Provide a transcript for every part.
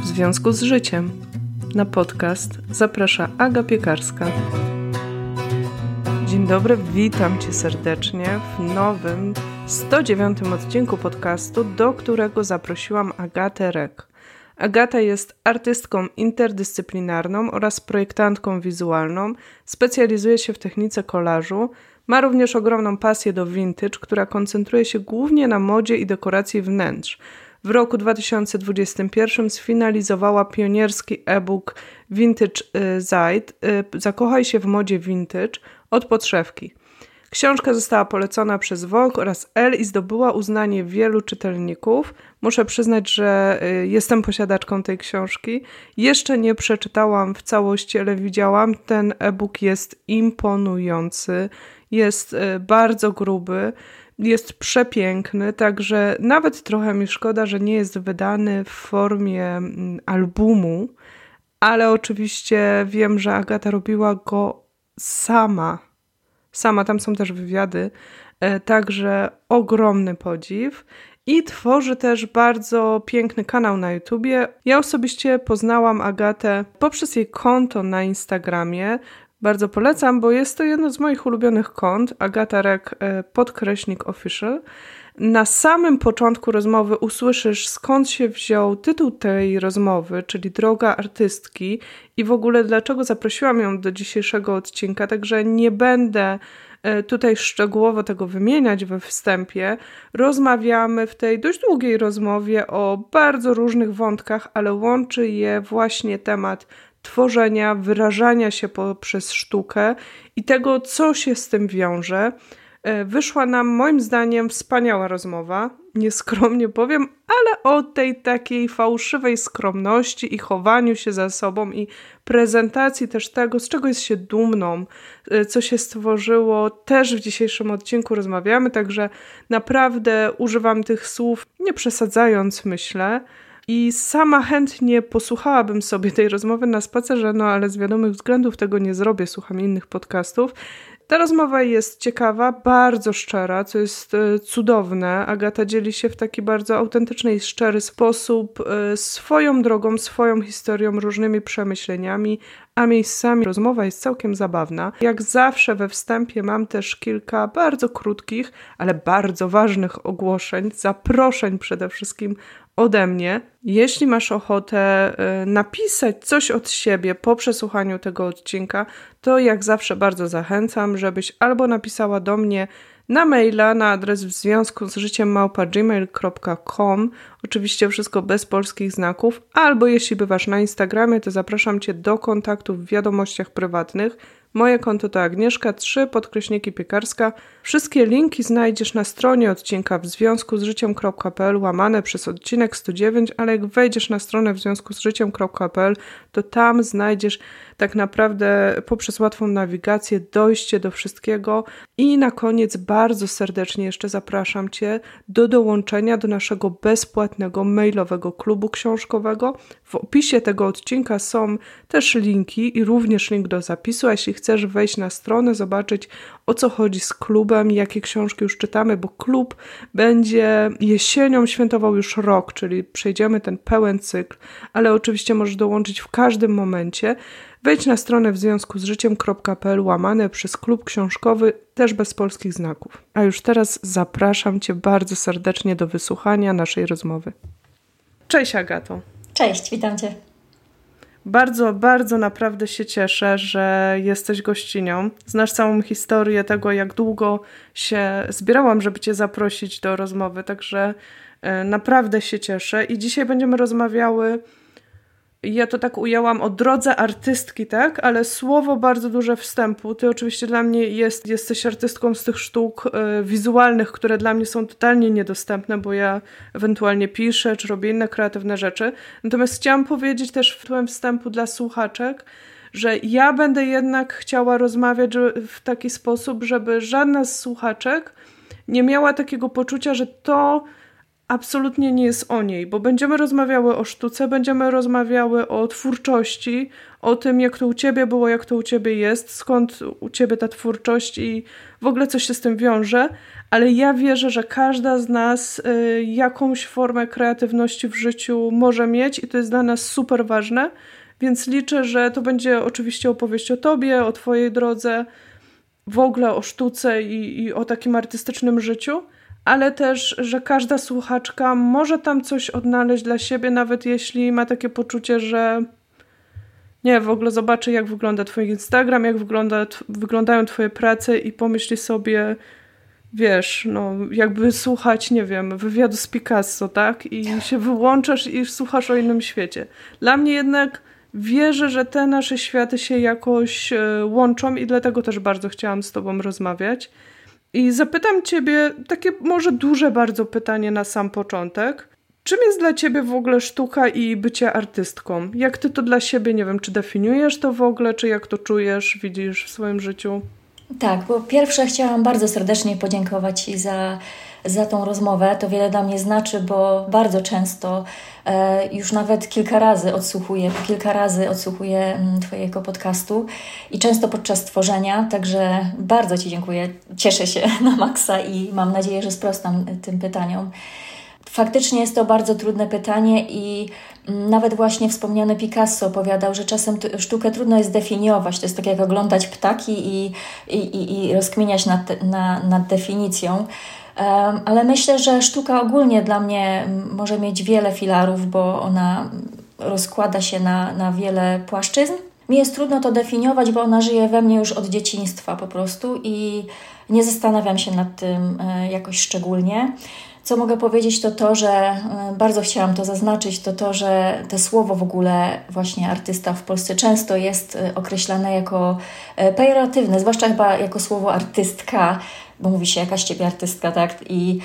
w związku z życiem. Na podcast zaprasza Aga Piekarska. Dzień dobry, witam Cię serdecznie w nowym 109 odcinku podcastu, do którego zaprosiłam Agatę Rek. Agata jest artystką interdyscyplinarną oraz projektantką wizualną, specjalizuje się w technice kolażu, ma również ogromną pasję do vintage, która koncentruje się głównie na modzie i dekoracji wnętrz. W roku 2021 sfinalizowała pionierski e-book Vintage Zeit Zakochaj się w modzie vintage od podszewki. Książka została polecona przez Vogue oraz Elle i zdobyła uznanie wielu czytelników. Muszę przyznać, że jestem posiadaczką tej książki. Jeszcze nie przeczytałam w całości, ale widziałam. Ten e-book jest imponujący, jest bardzo gruby, jest przepiękny, także nawet trochę mi szkoda, że nie jest wydany w formie albumu, ale oczywiście wiem, że Agata robiła go sama, tam są też wywiady, także ogromny podziw i tworzy też bardzo piękny kanał na YouTubie. Ja osobiście poznałam Agatę poprzez jej konto na Instagramie. Bardzo polecam, bo jest to jedno z moich ulubionych kont, Agata Rek _official. Na samym początku rozmowy usłyszysz, skąd się wziął tytuł tej rozmowy, czyli Droga artystki i w ogóle dlaczego zaprosiłam ją do dzisiejszego odcinka, także nie będę tutaj szczegółowo tego wymieniać we wstępie. Rozmawiamy w tej dość długiej rozmowie o bardzo różnych wątkach, ale łączy je właśnie temat tworzenia, wyrażania się poprzez sztukę i tego, co się z tym wiąże. Wyszła nam, moim zdaniem, wspaniała rozmowa, nieskromnie powiem, ale o tej takiej fałszywej skromności i chowaniu się za sobą i prezentacji też tego, z czego jest się dumną, co się stworzyło, też w dzisiejszym odcinku rozmawiamy, także naprawdę używam tych słów, nie przesadzając, myślę. I sama chętnie posłuchałabym sobie tej rozmowy na spacerze, no ale z wiadomych względów tego nie zrobię, słucham innych podcastów. Ta rozmowa jest ciekawa, bardzo szczera, co jest cudowne. Agata dzieli się w taki bardzo autentyczny i szczery sposób swoją drogą, swoją historią, różnymi przemyśleniami, a miejscami rozmowa jest całkiem zabawna. Jak zawsze we wstępie mam też kilka bardzo krótkich, ale bardzo ważnych ogłoszeń, zaproszeń przede wszystkim ode mnie. Jeśli masz ochotę napisać coś od siebie po przesłuchaniu tego odcinka, to jak zawsze bardzo zachęcam, żebyś albo napisała do mnie na maila na adres w związku z życiem @gmail.com, oczywiście wszystko bez polskich znaków, albo jeśli bywasz na Instagramie, to zapraszam Cię do kontaktu w wiadomościach prywatnych. Moje konto to Agnieszka 3_piekarska. Wszystkie linki znajdziesz na stronie odcinka w związku z życiem.pl /odcinek 109, ale jak wejdziesz na stronę w związku z życiem.pl, to tam znajdziesz tak naprawdę poprzez łatwą nawigację dojście do wszystkiego. I na koniec bardzo serdecznie jeszcze zapraszam Cię do dołączenia do naszego bezpłatnego mailowego klubu książkowego. W opisie tego odcinka są też linki i również link do zapisu, a jeśli chcesz wejść na stronę, zobaczyć, o co chodzi z klubem, jakie książki już czytamy, bo klub będzie jesienią świętował już rok, czyli przejdziemy ten pełen cykl, ale oczywiście możesz dołączyć w każdym momencie. Wejdź na stronę w związku z życiem.pl /klub książkowy, też bez polskich znaków. A już teraz zapraszam Cię bardzo serdecznie do wysłuchania naszej rozmowy. Cześć Agato. Cześć, witam Cię. Bardzo, bardzo naprawdę się cieszę, że jesteś gościnią. Znasz całą historię tego, jak długo się zbierałam, żeby Cię zaprosić do rozmowy, także naprawdę się cieszę. I dzisiaj będziemy rozmawiały, ja to tak ujęłam, o drodze artystki, tak? Ale słowo bardzo duże wstępu. Ty oczywiście dla mnie jesteś artystką z tych sztuk wizualnych, które dla mnie są totalnie niedostępne, bo ja ewentualnie piszę, czy robię inne kreatywne rzeczy. Natomiast chciałam powiedzieć też w tytułem wstępu dla słuchaczek, że ja będę jednak chciała rozmawiać w taki sposób, żeby żadna z słuchaczek nie miała takiego poczucia, że to absolutnie nie jest o niej, bo będziemy rozmawiały o sztuce, będziemy rozmawiały o twórczości, o tym, jak to u ciebie było, jak to u ciebie jest, skąd u ciebie ta twórczość i w ogóle coś się z tym wiąże, ale ja wierzę, że każda z nas jakąś formę kreatywności w życiu może mieć i to jest dla nas super ważne, więc liczę, że to będzie oczywiście opowieść o tobie, o twojej drodze, w ogóle o sztuce i o takim artystycznym życiu, ale też, że każda słuchaczka może tam coś odnaleźć dla siebie, nawet jeśli ma takie poczucie, że nie, w ogóle zobaczy, jak wygląda twój Instagram, jak wyglądają twoje prace i pomyśli sobie, wiesz, no jakby słuchać, nie wiem, wywiadu z Picasso, tak? I się wyłączasz i słuchasz o innym świecie. Dla mnie jednak wierzę, że te nasze światy się jakoś łączą i dlatego też bardzo chciałam z tobą rozmawiać. I zapytam ciebie takie może duże bardzo pytanie na sam początek. Czym jest dla ciebie w ogóle sztuka i bycie artystką? Jak ty to dla siebie, nie wiem, czy definiujesz to w ogóle, czy jak to czujesz, widzisz w swoim życiu? Tak, bo pierwsze chciałam bardzo serdecznie podziękować Ci za tą rozmowę. To wiele dla mnie znaczy, bo bardzo często, już nawet kilka razy odsłuchuję Twojego podcastu i często podczas tworzenia, także bardzo Ci dziękuję. Cieszę się na maksa i mam nadzieję, że sprostam tym pytaniom. Faktycznie jest to bardzo trudne pytanie i nawet właśnie wspomniany Picasso opowiadał, że czasem sztukę trudno jest definiować. To jest tak jak oglądać ptaki i rozkminiać nad definicją. Ale myślę, że sztuka ogólnie dla mnie może mieć wiele filarów, bo ona rozkłada się na wiele płaszczyzn. Mi jest trudno to definiować, bo ona żyje we mnie już od dzieciństwa po prostu i nie zastanawiam się nad tym jakoś szczególnie. Co mogę powiedzieć, to, że bardzo chciałam to zaznaczyć, to, że to słowo w ogóle właśnie artysta w Polsce często jest określane jako pejoratywne, zwłaszcza chyba jako słowo artystka, bo mówi się jakaś ciebie artystka, tak? I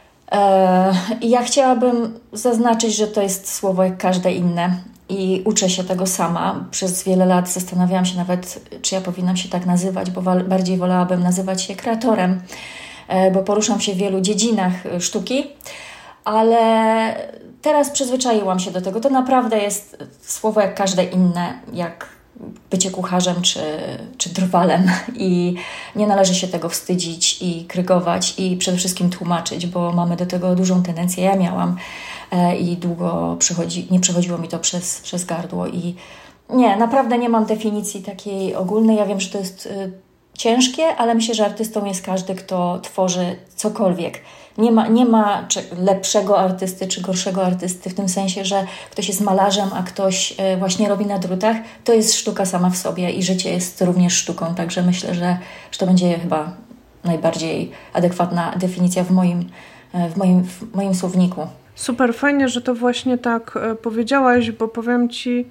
ja chciałabym zaznaczyć, że to jest słowo jak każde inne i uczę się tego sama. Przez wiele lat zastanawiałam się nawet, czy ja powinnam się tak nazywać, bo bardziej wolałabym nazywać się kreatorem, bo poruszam się w wielu dziedzinach sztuki, ale teraz przyzwyczaiłam się do tego. To naprawdę jest słowo jak każde inne, jak bycie kucharzem czy drwalem i nie należy się tego wstydzić i krygować i przede wszystkim tłumaczyć, bo mamy do tego dużą tendencję. Ja miałam i długo nie przechodziło mi to przez gardło i nie, naprawdę nie mam definicji takiej ogólnej. Ja wiem, że to jest ciężkie, ale myślę, że artystą jest każdy, kto tworzy cokolwiek. Nie ma lepszego artysty czy gorszego artysty w tym sensie, że ktoś jest malarzem, a ktoś właśnie robi na drutach. To jest sztuka sama w sobie i życie jest również sztuką, także myślę, że to będzie chyba najbardziej adekwatna definicja w moim słowniku. Super, fajnie, że to właśnie tak powiedziałaś, bo powiem Ci,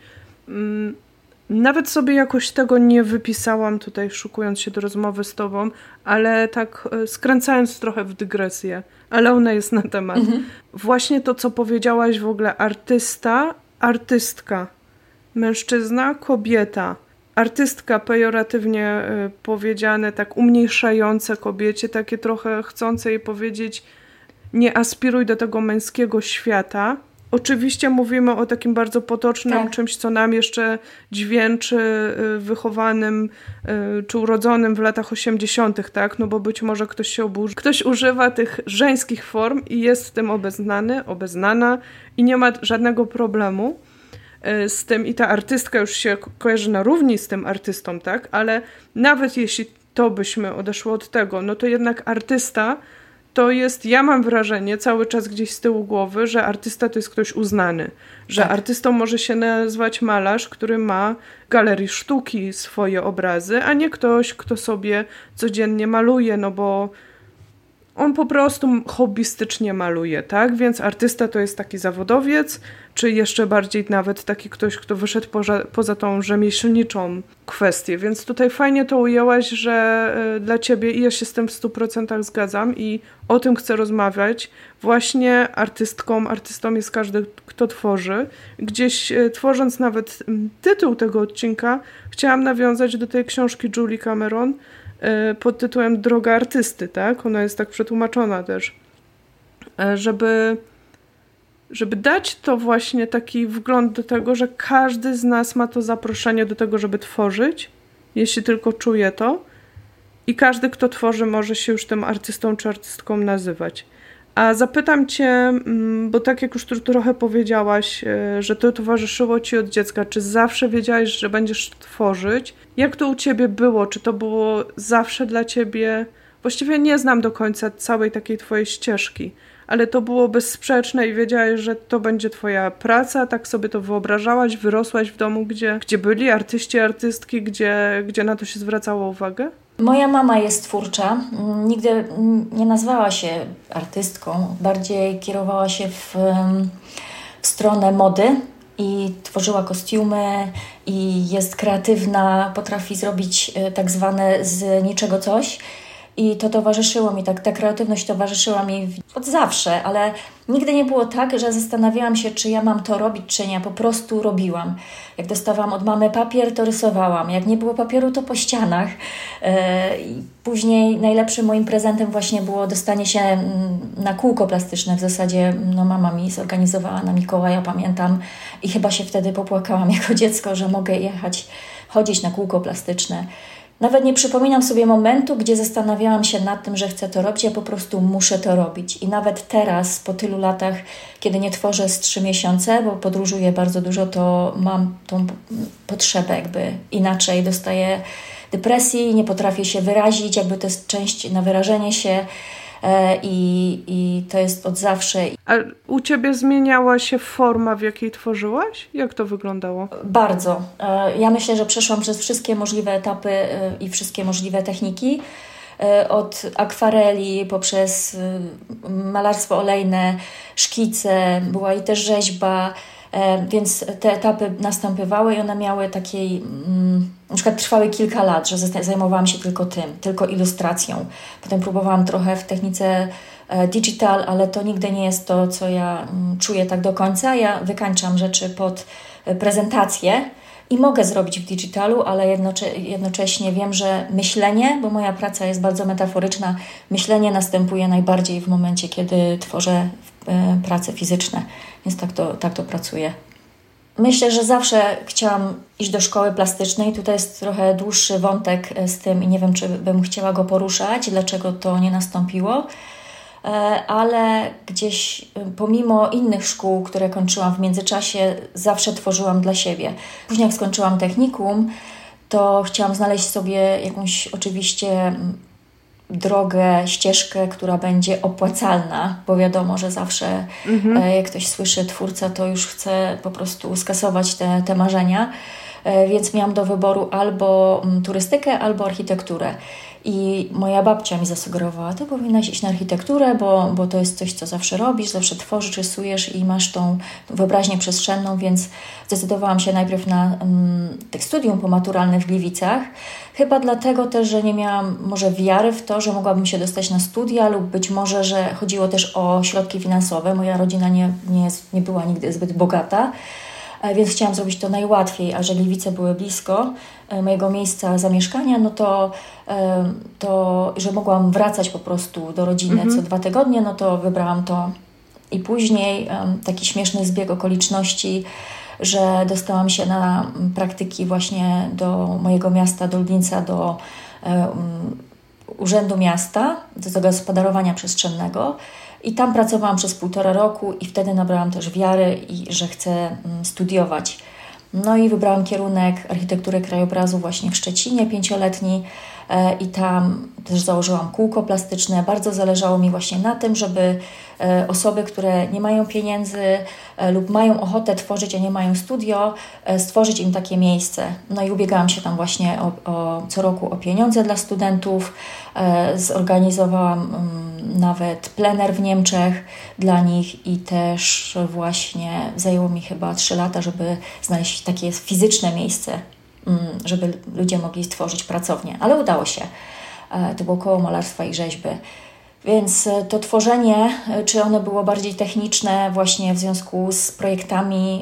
nawet sobie jakoś tego nie wypisałam tutaj, szukując się do rozmowy z Tobą, ale tak skręcając trochę w dygresję, ale ona jest na temat. Właśnie to, co powiedziałaś w ogóle, artysta, artystka, mężczyzna, kobieta. Artystka pejoratywnie powiedziane, tak umniejszające kobiecie, takie trochę chcące jej powiedzieć, nie aspiruj do tego męskiego świata. Oczywiście mówimy o takim bardzo potocznym czymś, co nam jeszcze dźwięczy wychowanym czy urodzonym w latach 80., tak? No bo być może ktoś się oburzy. Ktoś używa tych żeńskich form i jest w tym obeznana i nie ma żadnego problemu z tym i ta artystka już się kojarzy na równi z tym artystą, tak? Ale nawet jeśli to byśmy odeszły od tego, no to jednak artysta to jest, ja mam wrażenie cały czas gdzieś z tyłu głowy, że artysta to jest ktoś uznany. Że artystą może się nazwać malarz, który ma w galerii sztuki swoje obrazy, a nie ktoś, kto sobie codziennie maluje, no bo on po prostu hobbystycznie maluje, tak? Więc artysta to jest taki zawodowiec, czy jeszcze bardziej nawet taki ktoś, kto wyszedł poza tą rzemieślniczą kwestię. Więc tutaj fajnie to ujęłaś, że dla ciebie, i ja się z tym w 100% zgadzam i o tym chcę rozmawiać, właśnie artystą jest każdy, kto tworzy. Gdzieś tworząc nawet tytuł tego odcinka, chciałam nawiązać do tej książki Julie Cameron, pod tytułem Droga artysty, tak? Ona jest tak przetłumaczona też, żeby żeby dać to właśnie taki wgląd do tego, że każdy z nas ma to zaproszenie do tego, żeby tworzyć, jeśli tylko czuje to. I każdy, kto tworzy, może się już tym artystą czy artystką nazywać. A zapytam Cię, bo tak jak już tu trochę powiedziałaś, że to towarzyszyło Ci od dziecka, czy zawsze wiedziałaś, że będziesz tworzyć? Jak to u Ciebie było? Czy to było zawsze dla Ciebie? Właściwie nie znam do końca całej takiej Twojej ścieżki, ale to było bezsprzeczne i wiedziałaś, że to będzie Twoja praca, tak sobie to wyobrażałaś, wyrosłaś w domu, gdzie byli artyści, artystki, gdzie na to się zwracało uwagę? Moja mama jest twórcza, nigdy nie nazwała się artystką, bardziej kierowała się w stronę mody i tworzyła kostiumy i jest kreatywna, potrafi zrobić tak zwane z niczego coś. I to towarzyszyło mi, ta kreatywność towarzyszyła mi od zawsze, ale nigdy nie było tak, że zastanawiałam się, czy ja mam to robić, czy nie. Po prostu robiłam. Jak dostawałam od mamy papier, to rysowałam. Jak nie było papieru, to po ścianach. I później najlepszym moim prezentem właśnie było dostanie się na kółko plastyczne. W zasadzie mama mi zorganizowała na Mikołaja, pamiętam. I chyba się wtedy popłakałam jako dziecko, że mogę chodzić na kółko plastyczne. Nawet nie przypominam sobie momentu, gdzie zastanawiałam się nad tym, że chcę to robić, ja po prostu muszę to robić. I nawet teraz, po tylu latach, kiedy nie tworzę z 3 miesiące, bo podróżuję bardzo dużo, to mam tą potrzebę inaczej. Dostaję depresji, nie potrafię się wyrazić, to jest część na wyrażenie się. I to jest od zawsze. A u Ciebie zmieniała się forma, w jakiej tworzyłaś? Jak to wyglądało? Bardzo. Ja myślę, że przeszłam przez wszystkie możliwe etapy i wszystkie możliwe techniki. Od akwareli poprzez malarstwo olejne, szkice, była i też rzeźba, więc te etapy następowały i one miały takiej, na przykład trwały kilka lat, że zajmowałam się tylko tym, tylko ilustracją. Potem próbowałam trochę w technice digital, ale to nigdy nie jest to, co ja czuję tak do końca. Ja wykańczam rzeczy pod prezentację i mogę zrobić w digitalu, ale jednocześnie wiem, że myślenie, bo moja praca jest bardzo metaforyczna, myślenie następuje najbardziej w momencie, kiedy tworzę prace fizyczne, więc tak to pracuję. Myślę, że zawsze chciałam iść do szkoły plastycznej. Tutaj jest trochę dłuższy wątek z tym i nie wiem, czy bym chciała go poruszać, dlaczego to nie nastąpiło, ale gdzieś pomimo innych szkół, które kończyłam w międzyczasie, zawsze tworzyłam dla siebie. Później jak skończyłam technikum, to chciałam znaleźć sobie jakąś oczywiście drogę, ścieżkę, która będzie opłacalna, bo wiadomo, że zawsze jak ktoś słyszy twórca, to już chce po prostu skasować te marzenia, więc miałam do wyboru albo turystykę, albo architekturę. I moja babcia mi zasugerowała, ty powinnaś iść na architekturę, bo to jest coś, co zawsze robisz, zawsze tworzysz, rysujesz i masz tą wyobraźnię przestrzenną, więc zdecydowałam się najpierw na studium pomaturalne w Gliwicach. Chyba dlatego też, że nie miałam może wiary w to, że mogłabym się dostać na studia lub być może, że chodziło też o środki finansowe. Moja rodzina nie była nigdy zbyt bogata, więc chciałam zrobić to najłatwiej, a że Gliwice były blisko mojego miejsca zamieszkania, no to że mogłam wracać po prostu do rodziny co 2 tygodnie, no to wybrałam to. I później taki śmieszny zbieg okoliczności, że dostałam się na praktyki właśnie do mojego miasta, do Lublińca, do Urzędu Miasta, do zagospodarowania przestrzennego. I tam pracowałam przez 1,5 roku i wtedy nabrałam też wiary, że chcę studiować. No i wybrałam kierunek architektury krajobrazu właśnie w Szczecinie, 5-letni i tam też założyłam kółko plastyczne. Bardzo zależało mi właśnie na tym, żeby osoby, które nie mają pieniędzy lub mają ochotę tworzyć, a nie mają studio, stworzyć im takie miejsce. No i ubiegałam się tam właśnie co roku o pieniądze dla studentów. Zorganizowałam nawet plener w Niemczech dla nich i też właśnie zajęło mi chyba 3 lata, żeby znaleźć takie fizyczne miejsce, żeby ludzie mogli stworzyć pracownię. Ale udało się. To było koło malarstwa i rzeźby. Więc to tworzenie, czy ono było bardziej techniczne właśnie w związku z projektami,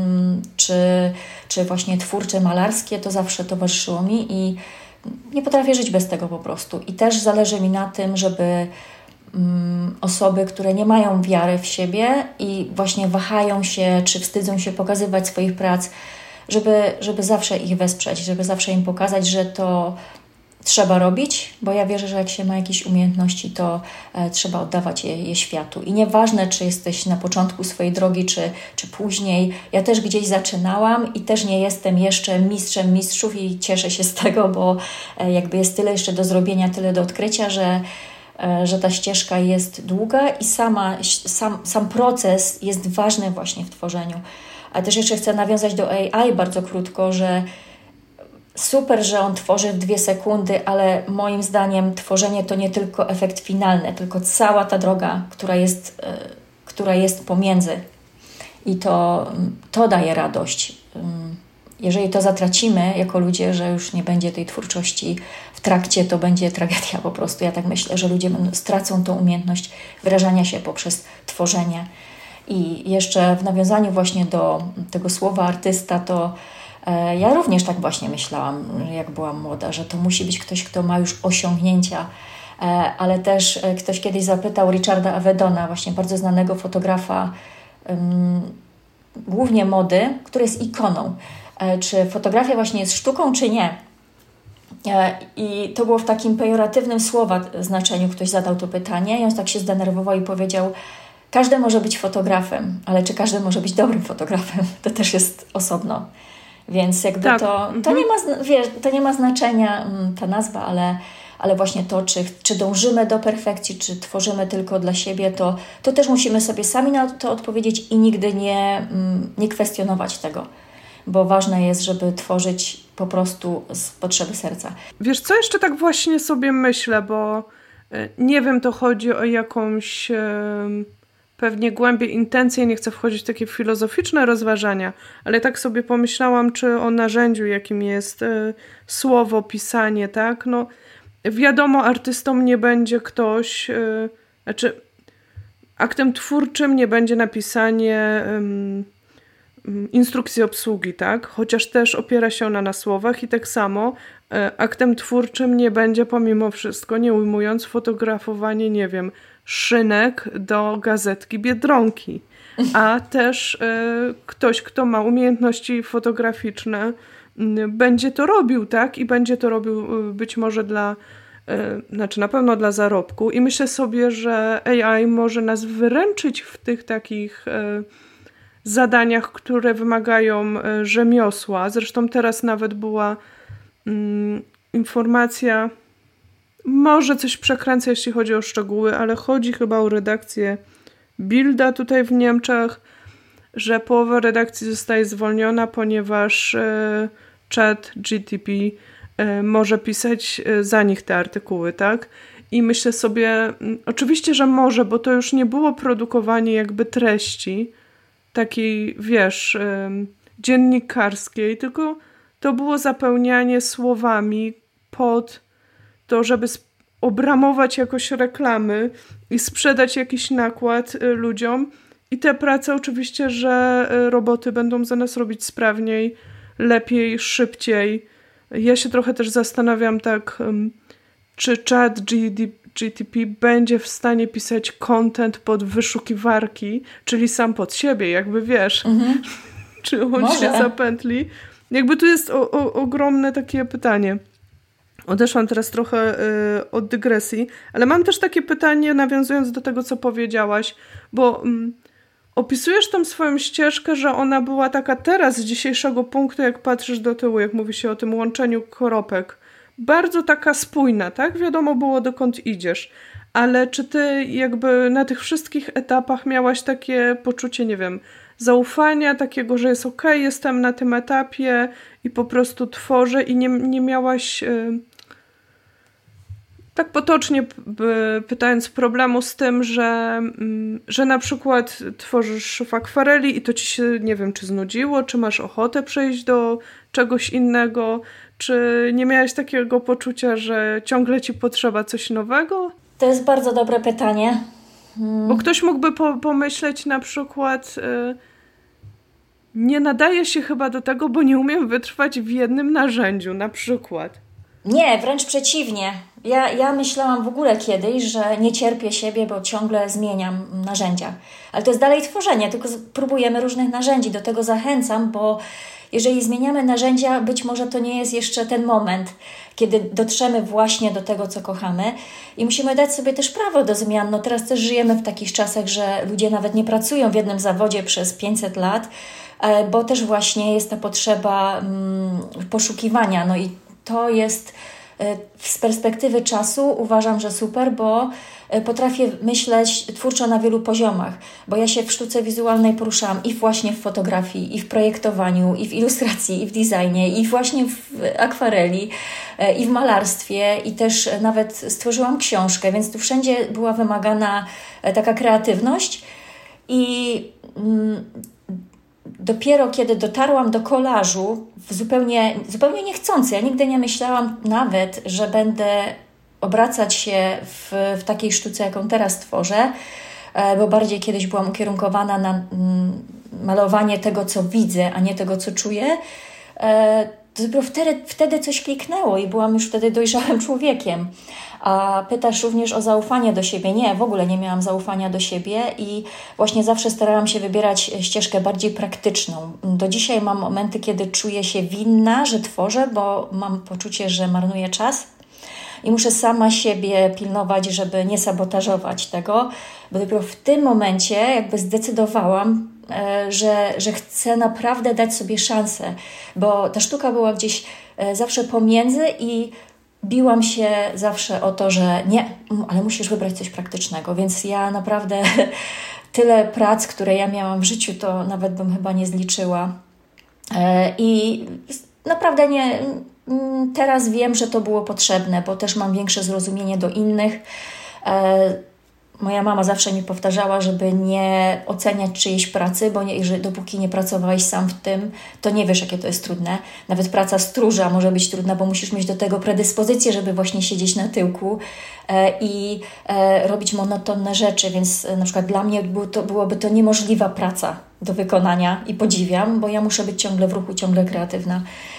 czy właśnie twórcze, malarskie, to zawsze towarzyszyło mi i nie potrafię żyć bez tego po prostu. I też zależy mi na tym, żeby osoby, które nie mają wiary w siebie i właśnie wahają się, czy wstydzą się pokazywać swoich prac, żeby zawsze ich wesprzeć, żeby zawsze im pokazać, że to trzeba robić, bo ja wierzę, że jak się ma jakieś umiejętności, to trzeba oddawać je światu. I nieważne, czy jesteś na początku swojej drogi, czy później. Ja też gdzieś zaczynałam i też nie jestem jeszcze mistrzem mistrzów i cieszę się z tego, bo jakby jest tyle jeszcze do zrobienia, tyle do odkrycia, że ta ścieżka jest długa i sam proces jest ważny właśnie w tworzeniu. A też jeszcze chcę nawiązać do AI bardzo krótko, że super, że on tworzy w 2 sekundy, ale moim zdaniem tworzenie to nie tylko efekt finalny, tylko cała ta droga, która jest pomiędzy. I to daje radość. Jeżeli to zatracimy jako ludzie, że już nie będzie tej twórczości w trakcie, to będzie tragedia po prostu. Ja tak myślę, że ludzie stracą tą umiejętność wyrażania się poprzez tworzenie. I jeszcze w nawiązaniu właśnie do tego słowa artysta, to ja również tak właśnie myślałam, jak byłam młoda, że to musi być ktoś, kto ma już osiągnięcia, ale też ktoś kiedyś zapytał Richarda Avedona, właśnie bardzo znanego fotografa, głównie mody, który jest ikoną, czy fotografia właśnie jest sztuką, czy nie. I to było w takim pejoratywnym słowa znaczeniu, ktoś zadał to pytanie i on tak się zdenerwował i powiedział: każdy może być fotografem, ale czy każdy może być dobrym fotografem? To też jest osobno. Więc jakby tak. to nie ma znaczenia ta nazwa, ale właśnie to, czy dążymy do perfekcji, czy tworzymy tylko dla siebie, to też musimy sobie sami na to odpowiedzieć i nigdy nie kwestionować tego. Bo ważne jest, żeby tworzyć po prostu z potrzeby serca. Wiesz, co jeszcze tak właśnie sobie myślę, bo nie wiem, to chodzi o jakąś pewnie głębię intencję, nie chcę wchodzić w takie filozoficzne rozważania, ale tak sobie pomyślałam, czy o narzędziu, jakim jest słowo, pisanie, tak? No, wiadomo, artystą nie będzie ktoś, znaczy aktem twórczym nie będzie napisanie instrukcji obsługi, tak? Chociaż też opiera się ona na słowach i tak samo aktem twórczym nie będzie pomimo wszystko, nie ujmując, fotografowanie, nie wiem, szynek do gazetki Biedronki. A też ktoś, kto ma umiejętności fotograficzne, będzie to robił, tak? I będzie to robił być może na pewno dla zarobku. I myślę sobie, że AI może nas wyręczyć w tych takich zadaniach, które wymagają rzemiosła. Zresztą teraz nawet była informacja, może coś przekręcę, jeśli chodzi o szczegóły, ale chodzi chyba o redakcję Bilda tutaj w Niemczech, że połowa redakcji zostaje zwolniona, ponieważ ChatGPT może pisać za nich te artykuły, tak? I myślę sobie, oczywiście, że może, bo to już nie było produkowanie jakby treści takiej, wiesz, dziennikarskiej, tylko to było zapełnianie słowami pod to, żeby obramować jakoś reklamy i sprzedać jakiś nakład ludziom. I te prace oczywiście, że roboty będą za nas robić sprawniej, lepiej, szybciej. Ja się trochę też zastanawiam tak, czy ChatGPT będzie w stanie pisać content pod wyszukiwarki, czyli sam pod siebie, jakby wiesz, czy on może się zapętli. Jakby tu jest ogromne takie pytanie. Odeszłam teraz trochę od dygresji, ale mam też takie pytanie, nawiązując do tego, co powiedziałaś, bo opisujesz tą swoją ścieżkę, że ona była taka teraz z dzisiejszego punktu, jak patrzysz do tyłu, jak mówi się o tym łączeniu kropek, bardzo taka spójna, tak? Wiadomo było, dokąd idziesz, ale czy ty jakby na tych wszystkich etapach miałaś takie poczucie, nie wiem, zaufania, takiego, że jest okej, jestem na tym etapie i po prostu tworzę i nie miałaś, tak potocznie pytając, problemu z tym, że na przykład tworzysz w akwareli i to ci się, nie wiem, czy znudziło, czy masz ochotę przejść do czegoś innego, czy nie miałaś takiego poczucia, że ciągle ci potrzeba coś nowego? To jest bardzo dobre pytanie. Bo ktoś mógłby pomyśleć na przykład, nie nadaje się chyba do tego, bo nie umiem wytrwać w jednym narzędziu, na przykład. Nie, wręcz przeciwnie. Ja myślałam w ogóle kiedyś, że nie cierpię siebie, bo ciągle zmieniam narzędzia. Ale to jest dalej tworzenie, tylko próbujemy różnych narzędzi. Do tego zachęcam, bo jeżeli zmieniamy narzędzia, być może to nie jest jeszcze ten moment, kiedy dotrzemy właśnie do tego, co kochamy. I musimy dać sobie też prawo do zmian. No teraz też żyjemy w takich czasach, że ludzie nawet nie pracują w jednym zawodzie przez 500 lat, bo też właśnie jest ta potrzeba poszukiwania. No i to jest z perspektywy czasu uważam, że super, bo potrafię myśleć twórczo na wielu poziomach, bo ja się w sztuce wizualnej poruszałam i właśnie w fotografii, i w projektowaniu, i w ilustracji, i w designie, i właśnie w akwareli, i w malarstwie, i też nawet stworzyłam książkę, więc tu wszędzie była wymagana taka kreatywność i dopiero kiedy dotarłam do kolażu, zupełnie niechcący, ja nigdy nie myślałam nawet, że będę obracać się w takiej sztuce, jaką teraz tworzę, bo bardziej kiedyś byłam ukierunkowana na malowanie tego, co widzę, a nie tego, co czuję. To dopiero wtedy coś kliknęło i byłam już wtedy dojrzałym człowiekiem. A pytasz również o zaufanie do siebie. Nie, w ogóle nie miałam zaufania do siebie i właśnie zawsze starałam się wybierać ścieżkę bardziej praktyczną. Do dzisiaj mam momenty, kiedy czuję się winna, że tworzę, bo mam poczucie, że marnuję czas i muszę sama siebie pilnować, żeby nie sabotażować tego, bo dopiero w tym momencie jakby zdecydowałam, że chcę naprawdę dać sobie szansę, bo ta sztuka była gdzieś zawsze pomiędzy i biłam się zawsze o to, że nie, ale musisz wybrać coś praktycznego, więc ja naprawdę tyle prac, które ja miałam w życiu, to nawet bym chyba nie zliczyła i naprawdę nie. Teraz wiem, że to było potrzebne, bo też mam większe zrozumienie do innych. Moja mama zawsze mi powtarzała, żeby nie oceniać czyjejś pracy, bo dopóki nie pracowałeś sam w tym, to nie wiesz, jakie to jest trudne. Nawet praca stróża może być trudna, bo musisz mieć do tego predyspozycję, żeby właśnie siedzieć na tyłku i robić monotonne rzeczy, więc na przykład dla mnie byłoby to niemożliwa praca do wykonania i podziwiam, bo ja muszę być ciągle w ruchu, ciągle kreatywna.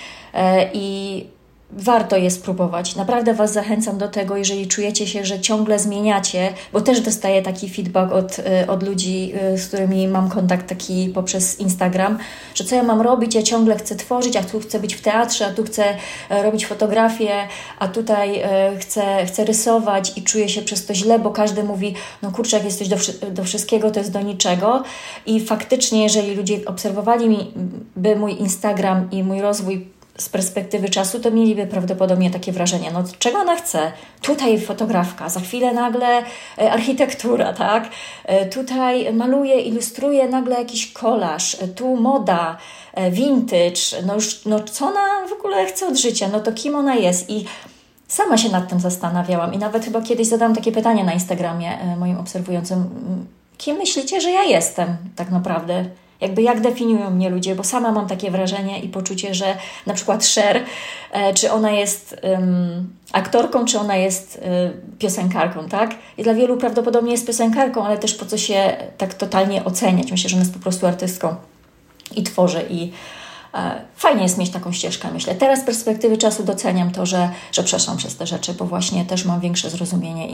I warto je spróbować. Naprawdę Was zachęcam do tego, jeżeli czujecie się, że ciągle zmieniacie, bo też dostaję taki feedback od ludzi, z którymi mam kontakt taki poprzez Instagram, że co ja mam robić, ja ciągle chcę tworzyć, a tu chcę być w teatrze, a tu chcę robić fotografię, a tutaj chcę rysować i czuję się przez to źle, bo każdy mówi, no kurczę, jak jesteś do wszystkiego, to jest do niczego. I faktycznie, jeżeli ludzie obserwowali by mój Instagram i mój rozwój z perspektywy czasu, to mieliby prawdopodobnie takie wrażenie, no czego ona chce? Tutaj fotografka, za chwilę nagle architektura, tak? Tutaj maluje, ilustruje nagle jakiś kolaż, tu moda, vintage, no co ona w ogóle chce od życia? No to kim ona jest? I sama się nad tym zastanawiałam i nawet chyba kiedyś zadałam takie pytanie na Instagramie moim obserwującym, kim myślicie, że ja jestem tak naprawdę? Jakby jak definiują mnie ludzie, bo sama mam takie wrażenie i poczucie, że na przykład Cher, czy ona jest aktorką, czy ona jest piosenkarką, tak? I dla wielu prawdopodobnie jest piosenkarką, ale też po co się tak totalnie oceniać? Myślę, że ona jest po prostu artystką i tworzy i fajnie jest mieć taką ścieżkę, myślę. Teraz z perspektywy czasu doceniam to, że przeszłam przez te rzeczy, bo właśnie też mam większe zrozumienie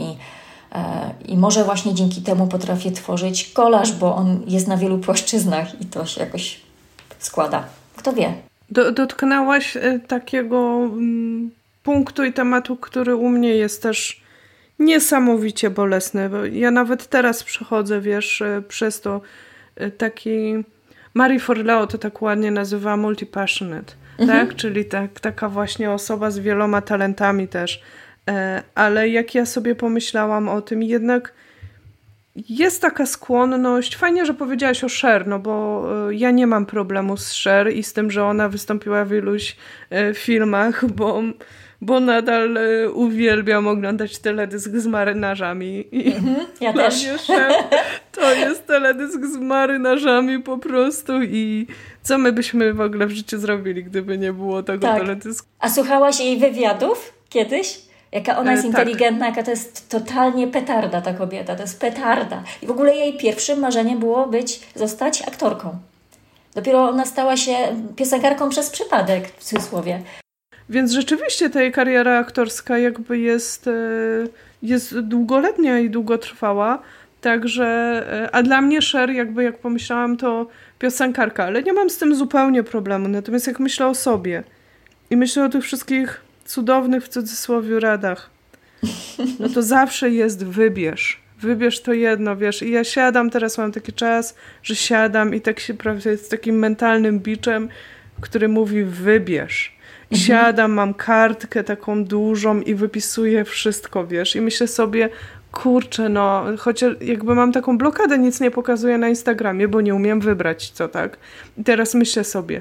i może właśnie dzięki temu potrafię tworzyć kolaż, bo on jest na wielu płaszczyznach i to się jakoś składa. Kto wie? Dotknęłaś takiego punktu i tematu, który u mnie jest też niesamowicie bolesny. Bo ja nawet teraz przechodzę, wiesz, przez to taki... Marie Forleo to tak ładnie nazywa multi-passionate, tak? Czyli taka właśnie osoba z wieloma talentami też. Ale jak ja sobie pomyślałam o tym, jednak jest taka skłonność, fajnie, że powiedziałaś o Cher, no bo ja nie mam problemu z Cher i z tym, że ona wystąpiła w iluś filmach, bo nadal uwielbiam oglądać teledysk z marynarzami. Ja też. Mnie Cher to jest teledysk z marynarzami po prostu i co my byśmy w ogóle w życiu zrobili, gdyby nie było tego teledysku. A słuchałaś jej wywiadów kiedyś? Jaka ona jest inteligentna, jaka to jest totalnie petarda ta kobieta, to jest petarda. I w ogóle jej pierwszym marzeniem było zostać aktorką. Dopiero ona stała się piosenkarką przez przypadek, w cudzysłowie. Więc rzeczywiście ta jej kariera aktorska jakby jest długoletnia i długotrwała. Także, a dla mnie Cher, jakby jak pomyślałam, to piosenkarka, ale nie mam z tym zupełnie problemu. Natomiast jak myślę o sobie i myślę o tych wszystkich cudownych, w cudzysłowie, radach, no to zawsze jest wybierz. Wybierz to jedno, wiesz. I ja siadam, teraz mam taki czas, że siadam i tak się prawie z takim mentalnym biczem, który mówi wybierz. I siadam, mam kartkę taką dużą i wypisuję wszystko, wiesz. I myślę sobie, kurczę, no, chociaż jakby mam taką blokadę, nic nie pokazuję na Instagramie, bo nie umiem wybrać, co tak. I teraz myślę sobie,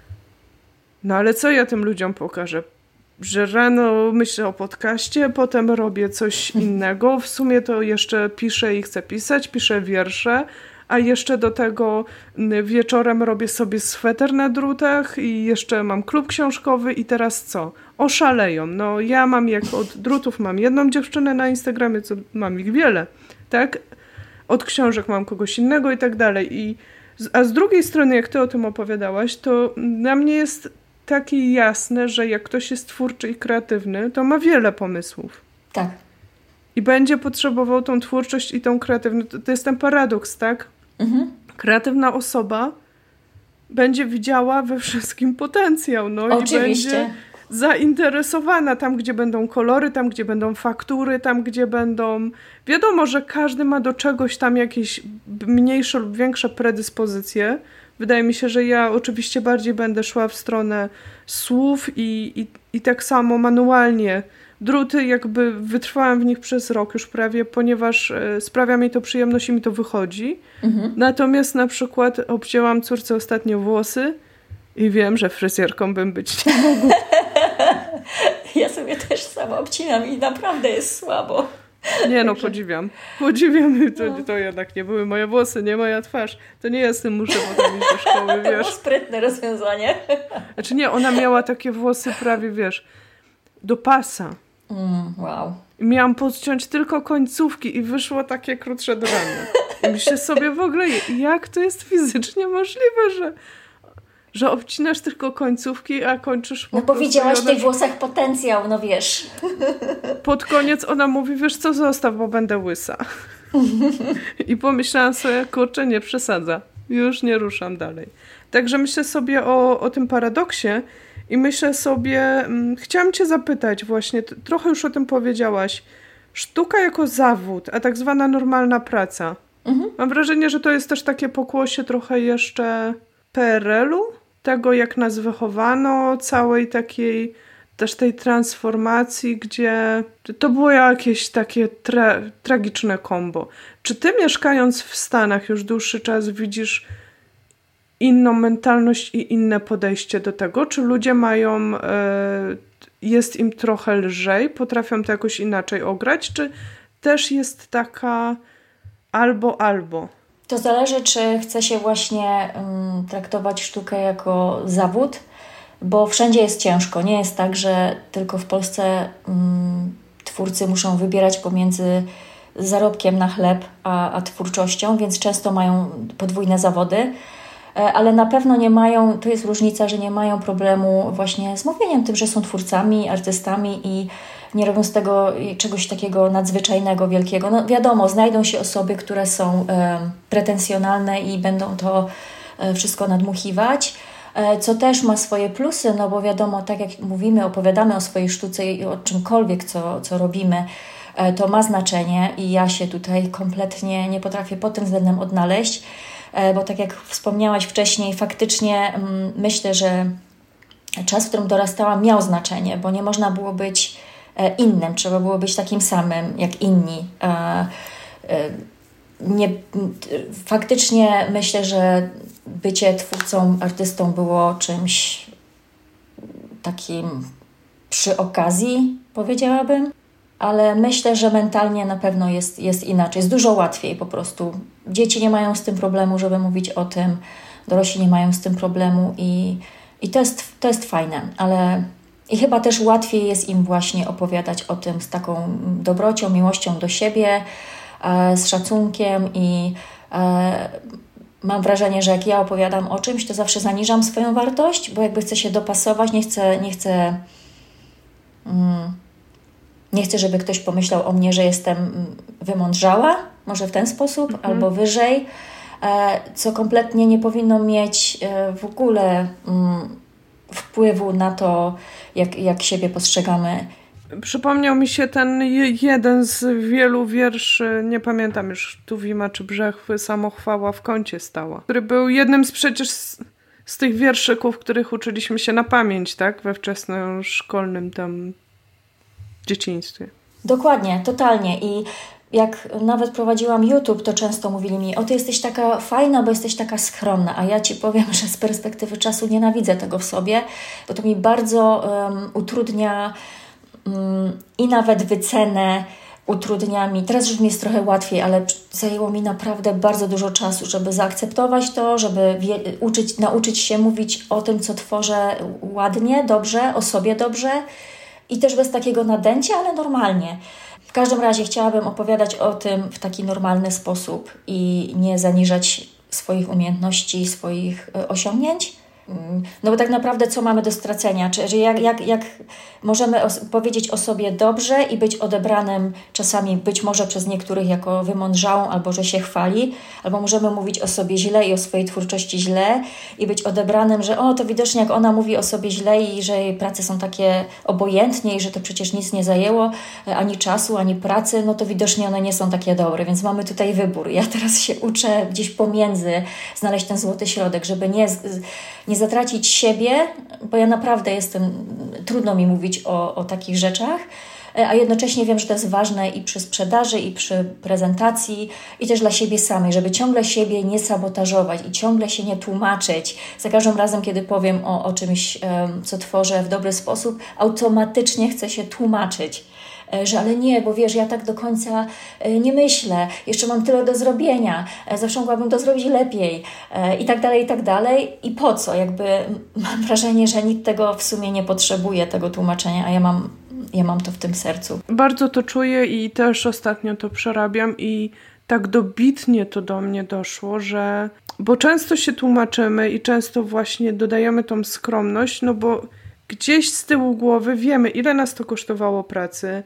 no ale co ja tym ludziom pokażę? Że rano myślę o podcaście, potem robię coś innego. W sumie to jeszcze piszę i chcę pisać, piszę wiersze, a jeszcze do tego wieczorem robię sobie sweter na drutach i jeszcze mam klub książkowy i teraz co? Oszaleją. No ja mam, jak od drutów mam jedną dziewczynę na Instagramie, co mam ich wiele, tak? Od książek mam kogoś innego i tak dalej. A z drugiej strony, jak ty o tym opowiadałaś, to dla mnie jest takie jasne, że jak ktoś jest twórczy i kreatywny, to ma wiele pomysłów. Tak. I będzie potrzebował tą twórczość i tą kreatywność. To jest ten paradoks, tak? Kreatywna osoba będzie widziała we wszystkim potencjał. No, oczywiście. I będzie zainteresowana tam, gdzie będą kolory, tam, gdzie będą faktury, tam, gdzie będą... Wiadomo, że każdy ma do czegoś tam jakieś mniejsze lub większe predyspozycje. Wydaje mi się, że ja oczywiście bardziej będę szła w stronę słów i tak samo manualnie. Druty jakby wytrwałam w nich przez rok już prawie, ponieważ sprawia mi to przyjemność i mi to wychodzi. Natomiast na przykład obcięłam córce ostatnio włosy i wiem, że fryzjerką bym być nie mogła. Ja sobie też sama obcinam i naprawdę jest słabo. Nie no, podziwiam. Podziwiam. To jednak nie były moje włosy, nie moja twarz. To nie ja z tym muszę potem iść do szkoły, wiesz. To było sprytne rozwiązanie. Znaczy nie, ona miała takie włosy prawie, wiesz, do pasa. Wow. I miałam podciąć tylko końcówki i wyszło takie krótsze do ramion. I myślę sobie w ogóle, jak to jest fizycznie możliwe, że obcinasz tylko końcówki, a kończysz po No bo widziałaś w tych włosach potencjał, no wiesz. Pod koniec ona mówi, wiesz co, zostaw, bo będę łysa. I pomyślałam sobie, kurczę, nie przesadza. Już nie ruszam dalej. Także myślę sobie o tym paradoksie i myślę sobie, chciałam cię zapytać właśnie, trochę już o tym powiedziałaś, sztuka jako zawód, a tak zwana normalna praca. Mam wrażenie, że to jest też takie pokłosie trochę jeszcze PRL-u, tego jak nas wychowano, całej takiej też tej transformacji, gdzie to było jakieś takie tragiczne kombo. Czy ty mieszkając w Stanach już dłuższy czas widzisz inną mentalność i inne podejście do tego? Czy ludzie mają, jest im trochę lżej, potrafią to jakoś inaczej ograć? Czy też jest taka albo? To zależy, czy chce się właśnie traktować sztukę jako zawód, bo wszędzie jest ciężko. Nie jest tak, że tylko w Polsce twórcy muszą wybierać pomiędzy zarobkiem na chleb a twórczością, więc często mają podwójne zawody, ale na pewno nie mają, to jest różnica, że nie mają problemu właśnie z mówieniem tym, że są twórcami, artystami i nie robią z tego czegoś takiego nadzwyczajnego, wielkiego. No wiadomo, znajdą się osoby, które są pretensjonalne i będą to wszystko nadmuchiwać, co też ma swoje plusy, no bo wiadomo, tak jak mówimy, opowiadamy o swojej sztuce i o czymkolwiek, co robimy, to ma znaczenie i ja się tutaj kompletnie nie potrafię pod tym względem odnaleźć, bo tak jak wspomniałaś wcześniej, faktycznie myślę, że czas, w którym dorastałam, miał znaczenie, bo nie można było być innym, trzeba było być takim samym jak inni. Faktycznie myślę, że bycie twórcą, artystą było czymś takim przy okazji, powiedziałabym, ale myślę, że mentalnie na pewno jest inaczej, jest dużo łatwiej po prostu. Dzieci nie mają z tym problemu, żeby mówić o tym, dorośli nie mają z tym problemu i to jest fajne, ale i chyba też łatwiej jest im właśnie opowiadać o tym z taką dobrocią, miłością do siebie, z szacunkiem i mam wrażenie, że jak ja opowiadam o czymś, to zawsze zaniżam swoją wartość, bo jakby chcę się dopasować, nie chcę nie chcę, żeby ktoś pomyślał o mnie, że jestem wymądrzała, może w ten sposób, albo wyżej, co kompletnie nie powinno mieć w ogóle wpływu na to, jak siebie postrzegamy. Przypomniał mi się ten jeden z wielu wierszy, nie pamiętam już, Tuwima czy Brzechwy, Samochwała w kącie stała, który był jednym z tych wierszyków, których uczyliśmy się na pamięć, tak? We wczesnoszkolnym tam dzieciństwie. Dokładnie, totalnie. I jak nawet prowadziłam YouTube, to często mówili mi, ty jesteś taka fajna, bo jesteś taka skromna, a ja Ci powiem, że z perspektywy czasu nienawidzę tego w sobie, bo to mi bardzo utrudnia i nawet wycenę, utrudnia mi, teraz już mi jest trochę łatwiej, ale zajęło mi naprawdę bardzo dużo czasu, żeby zaakceptować to, żeby nauczyć się mówić o tym, co tworzę ładnie, dobrze, o sobie dobrze i też bez takiego nadęcia, ale normalnie. W każdym razie chciałabym opowiadać o tym w taki normalny sposób i nie zaniżać swoich umiejętności, swoich osiągnięć. No bo tak naprawdę co mamy do stracenia? Czyli jak możemy powiedzieć o sobie dobrze i być odebranym czasami być może przez niektórych jako wymądrzałą albo że się chwali, albo możemy mówić o sobie źle i o swojej twórczości źle i być odebranym, że to widocznie jak ona mówi o sobie źle i że jej prace są takie obojętnie i że to przecież nic nie zajęło ani czasu, ani pracy, no to widocznie one nie są takie dobre, więc mamy tutaj wybór. Ja teraz się uczę gdzieś pomiędzy znaleźć ten złoty środek, żeby nie zatracić siebie, bo ja naprawdę trudno mi mówić o takich rzeczach, a jednocześnie wiem, że to jest ważne i przy sprzedaży, i przy prezentacji, i też dla siebie samej, żeby ciągle siebie nie sabotażować i ciągle się nie tłumaczyć. Za każdym razem, kiedy powiem o czymś, co tworzę w dobry sposób, automatycznie chcę się tłumaczyć. Że ale nie, bo wiesz, ja tak do końca nie myślę, jeszcze mam tyle do zrobienia, zawsze mogłabym to zrobić lepiej i tak dalej, i tak dalej. I po co? Jakby mam wrażenie, że nikt tego w sumie nie potrzebuje, tego tłumaczenia, a ja mam to w tym sercu. Bardzo to czuję i też ostatnio to przerabiam i tak dobitnie to do mnie doszło, że bo często się tłumaczymy i często właśnie dodajemy tą skromność, no bo gdzieś z tyłu głowy wiemy, ile nas to kosztowało pracy,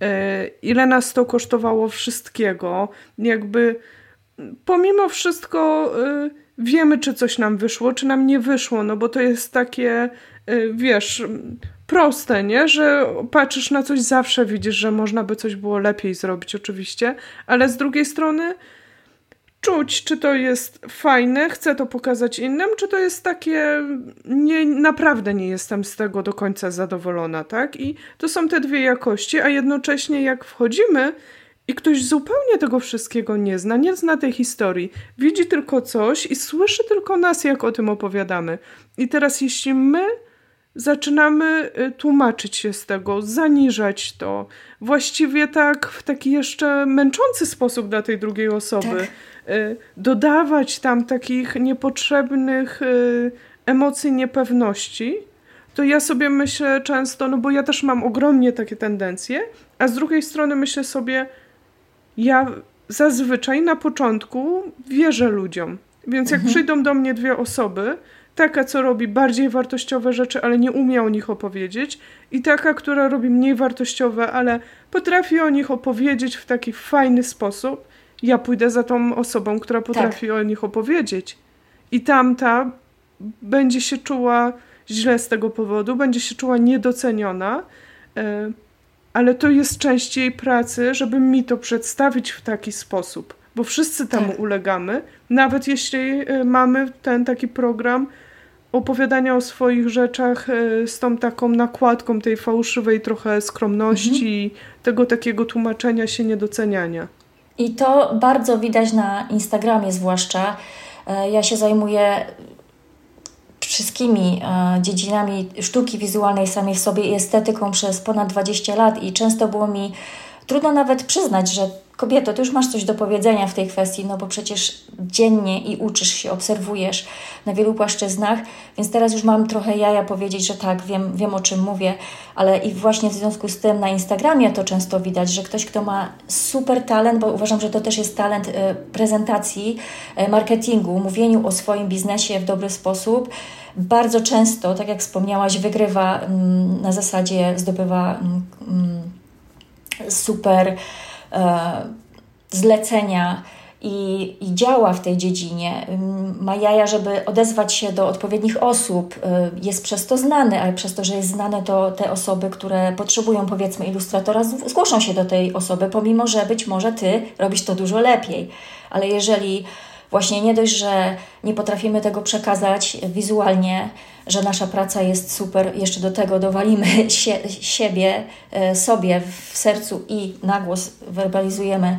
ile nas to kosztowało wszystkiego. Jakby pomimo wszystko wiemy, czy coś nam wyszło, czy nam nie wyszło, no bo to jest takie, wiesz, proste, nie? Że patrzysz na coś, zawsze widzisz, że można by coś było lepiej zrobić oczywiście, ale z drugiej strony czuć, czy to jest fajne, chcę to pokazać innym, czy to jest takie, naprawdę nie jestem z tego do końca zadowolona, tak? I to są te dwie jakości, a jednocześnie jak wchodzimy i ktoś zupełnie tego wszystkiego nie zna tej historii, widzi tylko coś i słyszy tylko nas, jak o tym opowiadamy. I teraz jeśli my zaczynamy tłumaczyć się z tego, zaniżać to, właściwie tak w taki jeszcze męczący sposób dla tej drugiej osoby, tak. Dodawać tam takich niepotrzebnych emocji niepewności, to ja sobie myślę często, no bo ja też mam ogromnie takie tendencje, a z drugiej strony myślę sobie, ja zazwyczaj na początku wierzę ludziom, więc jak przyjdą do mnie dwie osoby, taka, co robi bardziej wartościowe rzeczy, ale nie umie o nich opowiedzieć i taka, która robi mniej wartościowe, ale potrafi o nich opowiedzieć w taki fajny sposób, ja pójdę za tą osobą, która potrafi o nich opowiedzieć. I tamta będzie się czuła źle z tego powodu, będzie się czuła niedoceniona, ale to jest część jej pracy, żeby mi to przedstawić w taki sposób, bo wszyscy temu ulegamy, nawet jeśli mamy ten taki program opowiadania o swoich rzeczach z tą taką nakładką tej fałszywej trochę skromności, tego takiego tłumaczenia się, niedoceniania. I to bardzo widać na Instagramie zwłaszcza. Ja się zajmuję wszystkimi dziedzinami sztuki wizualnej samej w sobie i estetyką przez ponad 20 lat i często było mi trudno nawet przyznać, że kobieto, ty już masz coś do powiedzenia w tej kwestii, no bo przecież dziennie i uczysz się, obserwujesz na wielu płaszczyznach, więc teraz już mam trochę jaja powiedzieć, że tak, wiem o czym mówię, ale i właśnie w związku z tym na Instagramie to często widać, że ktoś, kto ma super talent, bo uważam, że to też jest talent prezentacji, marketingu, mówieniu o swoim biznesie w dobry sposób, bardzo często, tak jak wspomniałaś, wygrywa na zasadzie, zdobywa super zlecenia i działa w tej dziedzinie, ma jaja, żeby odezwać się do odpowiednich osób, jest przez to znany, ale przez to, że jest znany, to te osoby, które potrzebują powiedzmy ilustratora, zgłoszą się do tej osoby, pomimo że być może ty robisz to dużo lepiej, ale jeżeli właśnie nie dość, że nie potrafimy tego przekazać wizualnie, że nasza praca jest super, jeszcze do tego dowalimy sobie w sercu i na głos werbalizujemy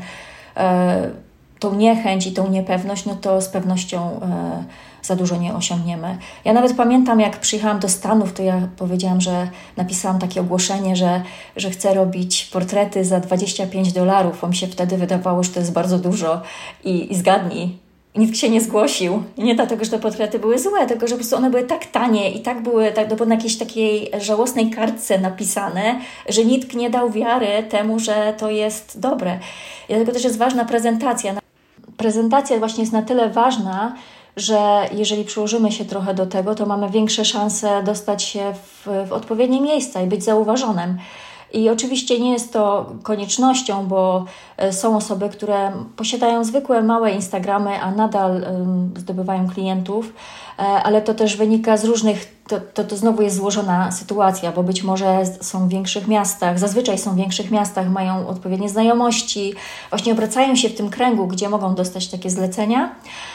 tą niechęć i tą niepewność, no to z pewnością za dużo nie osiągniemy. Ja nawet pamiętam, jak przyjechałam do Stanów, to ja powiedziałam, że napisałam takie ogłoszenie, że chcę robić portrety za $25, bo mi się wtedy wydawało, że to jest bardzo dużo i zgadnij. Nikt się nie zgłosił. I nie dlatego, że te portrety były złe, tylko że po prostu one były tak tanie i tak były na jakiejś takiej żałosnej kartce napisane, że nikt nie dał wiary temu, że to jest dobre. I dlatego też jest ważna prezentacja. Prezentacja właśnie jest na tyle ważna, że jeżeli przyłożymy się trochę do tego, to mamy większe szanse dostać się w odpowiednie miejsca i być zauważonym. I oczywiście nie jest to koniecznością, bo są osoby, które posiadają zwykłe, małe Instagramy, a nadal zdobywają klientów, ale to też wynika z różnych, to znowu jest złożona sytuacja, bo być może są w większych miastach, zazwyczaj są w większych miastach, mają odpowiednie znajomości, właśnie obracają się w tym kręgu, gdzie mogą dostać takie zlecenia.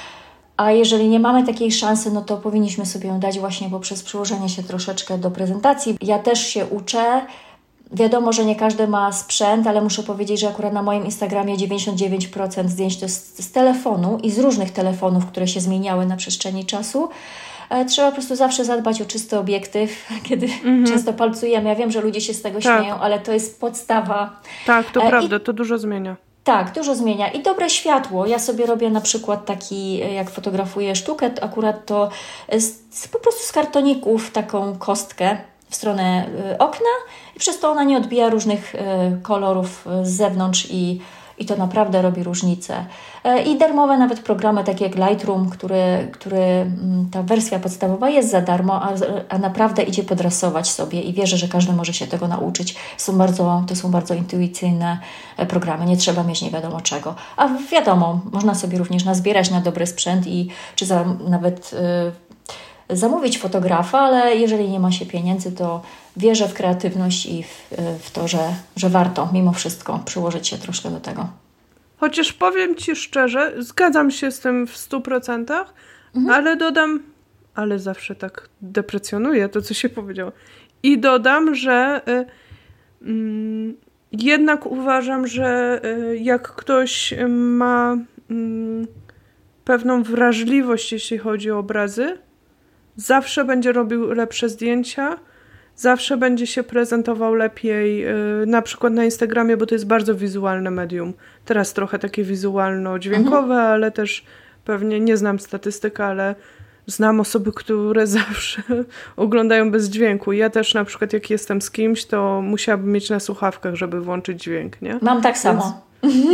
A jeżeli nie mamy takiej szansy, no to powinniśmy sobie ją dać właśnie poprzez przyłożenie się troszeczkę do prezentacji. Ja też się uczę. Wiadomo, że nie każdy ma sprzęt, ale muszę powiedzieć, że akurat na moim Instagramie 99% zdjęć to jest z telefonu i z różnych telefonów, które się zmieniały na przestrzeni czasu. Trzeba po prostu zawsze zadbać o czysty obiektyw, kiedy często palcujemy. Ja wiem, że ludzie się z tego śmieją, ale to jest podstawa. Tak, to prawda, to dużo zmienia. Tak, dużo zmienia. I dobre światło. Ja sobie robię na przykład taki, jak fotografuję sztukę, to akurat to po prostu z kartoników taką kostkę w stronę okna i przez to ona nie odbija różnych kolorów z zewnątrz i to naprawdę robi różnicę. I darmowe nawet programy takie jak Lightroom, który ta wersja podstawowa jest za darmo, a naprawdę idzie podrasować sobie i wierzę, że każdy może się tego nauczyć. To są bardzo intuicyjne programy, nie trzeba mieć nie wiadomo czego. A wiadomo, można sobie również nazbierać na dobry sprzęt czy nawet zamówić fotografa, ale jeżeli nie ma się pieniędzy, to wierzę w kreatywność i w to, że warto mimo wszystko przyłożyć się troszkę do tego. Chociaż powiem Ci szczerze, zgadzam się z tym w 100%, ale dodam, ale zawsze tak deprecjonuję to, co się powiedziało. I dodam, że jednak uważam, że jak ktoś ma pewną wrażliwość, jeśli chodzi o obrazy, zawsze będzie robił lepsze zdjęcia, zawsze będzie się prezentował lepiej, na przykład na Instagramie, bo to jest bardzo wizualne medium. Teraz trochę takie wizualno-dźwiękowe, ale też pewnie nie znam statystyk, ale znam osoby, które zawsze oglądają bez dźwięku. Ja też na przykład jak jestem z kimś, to musiałabym mieć na słuchawkach, żeby włączyć dźwięk, nie? Mam tak samo.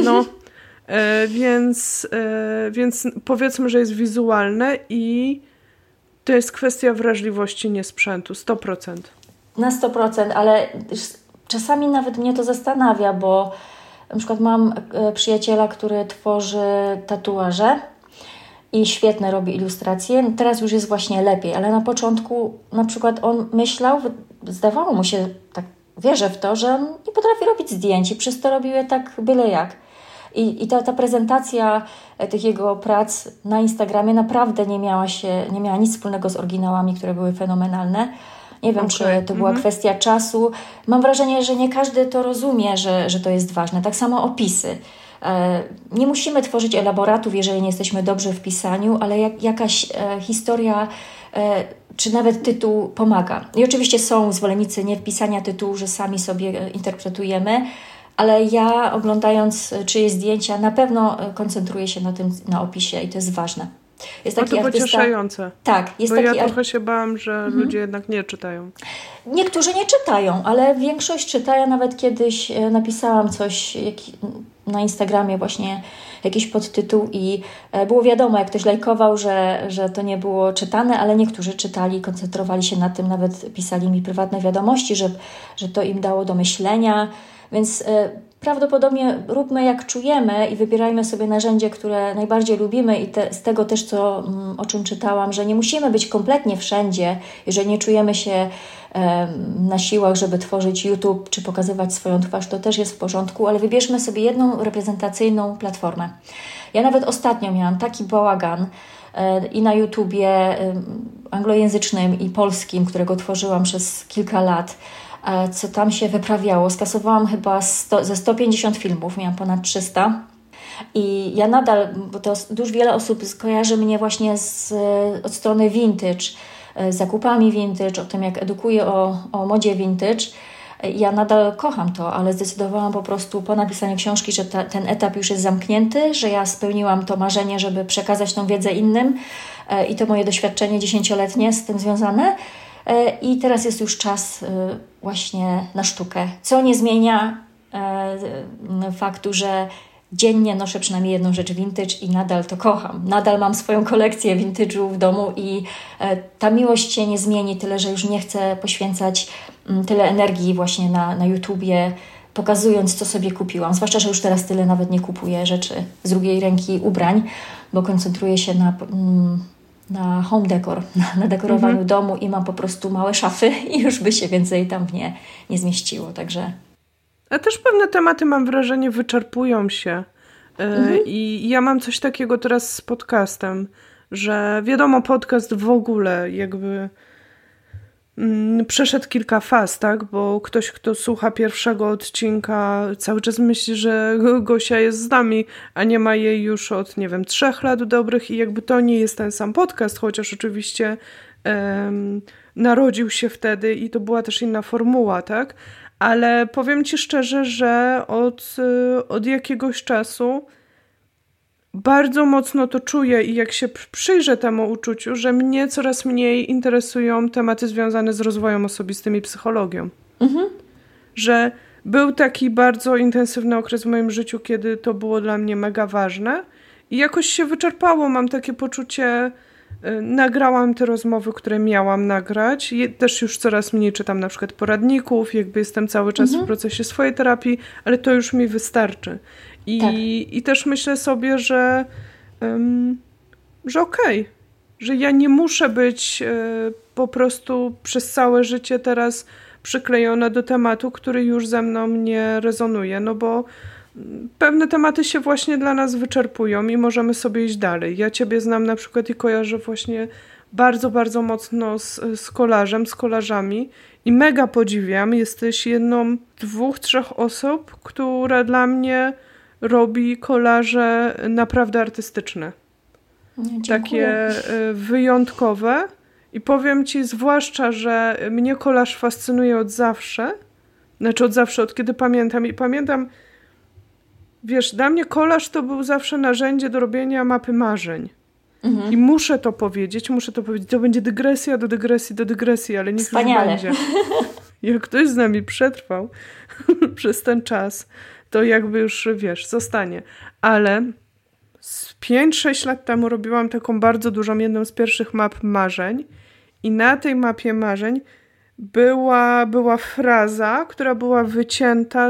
Więc powiedzmy, że jest wizualne i to jest kwestia wrażliwości, nie sprzętu, 100%. Na 100%, ale czasami nawet mnie to zastanawia, bo na przykład mam przyjaciela, który tworzy tatuaże i świetne robi ilustracje. Teraz już jest właśnie lepiej, ale na początku na przykład on myślał, zdawało mu się, tak wierzę w to, że on nie potrafi robić zdjęć i przez to robił je tak byle jak. I ta prezentacja tych jego prac na Instagramie naprawdę nie miała nic wspólnego z oryginałami, które były fenomenalne. Nie wiem, czy to była kwestia czasu. Mam wrażenie, że nie każdy to rozumie, że to jest ważne. Tak samo opisy. Nie musimy tworzyć elaboratów, jeżeli nie jesteśmy dobrzy w pisaniu, ale jakaś historia czy nawet tytuł pomaga. I oczywiście są zwolennicy nie wpisania tytułu, że sami sobie interpretujemy, ale ja oglądając czyjeś zdjęcia na pewno koncentruję się na tym, na opisie i to jest ważne. Jest taki to artysta... pocieszające. Tak. Jest bo taki ja trochę się bałam, że ludzie jednak nie czytają. Niektórzy nie czytają, ale większość czyta. Ja nawet kiedyś napisałam coś na Instagramie właśnie, jakiś podtytuł i było wiadomo, jak ktoś lajkował, że to nie było czytane, ale niektórzy czytali, koncentrowali się na tym, nawet pisali mi prywatne wiadomości, że to im dało do myślenia, więc prawdopodobnie róbmy jak czujemy i wybierajmy sobie narzędzie, które najbardziej lubimy i z tego też, o czym czytałam, że nie musimy być kompletnie wszędzie, jeżeli nie czujemy się na siłach, żeby tworzyć YouTube czy pokazywać swoją twarz, to też jest w porządku, ale wybierzmy sobie jedną reprezentacyjną platformę. Ja nawet ostatnio miałam taki bałagan i na YouTubie anglojęzycznym i polskim, którego tworzyłam przez kilka lat, co tam się wyprawiało. Skasowałam chyba ze 150 filmów, miałam ponad 300 i ja nadal, bo to już wiele osób kojarzy mnie właśnie od strony vintage, zakupami vintage, o tym jak edukuję o modzie vintage. Ja nadal kocham to, ale zdecydowałam po prostu po napisaniu książki, że ten etap już jest zamknięty, że ja spełniłam to marzenie, żeby przekazać tą wiedzę innym i to moje doświadczenie 10-letnie z tym związane. I teraz jest już czas właśnie na sztukę, co nie zmienia faktu, że dziennie noszę przynajmniej jedną rzecz vintage i nadal to kocham. Nadal mam swoją kolekcję vintage'u w domu i ta miłość się nie zmieni, tyle że już nie chcę poświęcać tyle energii właśnie na YouTubie, pokazując, co sobie kupiłam. Zwłaszcza, że już teraz tyle nawet nie kupuję rzeczy z drugiej ręki ubrań, bo koncentruję się na home decor, na dekorowaniu domu i mam po prostu małe szafy i już by się więcej tam nie zmieściło, także... A też pewne tematy, mam wrażenie, wyczerpują się. I ja mam coś takiego teraz z podcastem, że wiadomo, podcast w ogóle jakby przeszedł kilka faz, tak? Bo ktoś, kto słucha pierwszego odcinka, cały czas myśli, że Gosia jest z nami, a nie ma jej już od, 3 lat dobrych i jakby to nie jest ten sam podcast, chociaż oczywiście narodził się wtedy i to była też inna formuła, tak? Ale powiem Ci szczerze, że od jakiegoś czasu bardzo mocno to czuję i jak się przyjrzę temu uczuciu, że mnie coraz mniej interesują tematy związane z rozwojem osobistym i psychologią. Że był taki bardzo intensywny okres w moim życiu, kiedy to było dla mnie mega ważne i jakoś się wyczerpało. Mam takie poczucie, nagrałam te rozmowy, które miałam nagrać. Też już coraz mniej czytam na przykład poradników, jakby jestem cały czas w procesie swojej terapii, ale to już mi wystarczy. I też myślę sobie, że okej, że ja nie muszę być po prostu przez całe życie teraz przyklejona do tematu, który już ze mną nie rezonuje, no bo pewne tematy się właśnie dla nas wyczerpują i możemy sobie iść dalej. Ja Ciebie znam na przykład i kojarzę właśnie bardzo, bardzo mocno z kolarzami i mega podziwiam. Jesteś jedną, 2, 3 osób, która dla mnie robi kolarze naprawdę artystyczne. Takie wyjątkowe. I powiem Ci zwłaszcza, że mnie kolarz fascynuje od zawsze. Znaczy od zawsze, od kiedy pamiętam. I pamiętam, wiesz, dla mnie kolarz to był zawsze narzędzie do robienia mapy marzeń. I muszę to powiedzieć. To będzie dygresja do dygresji, ale niech Wspaniale. Już będzie. Jak ktoś z nami przetrwał przez ten czas, to jakby już, wiesz, zostanie. Ale 5-6 lat temu robiłam taką bardzo dużą, jedną z pierwszych map marzeń i na tej mapie marzeń była fraza, która była wycięta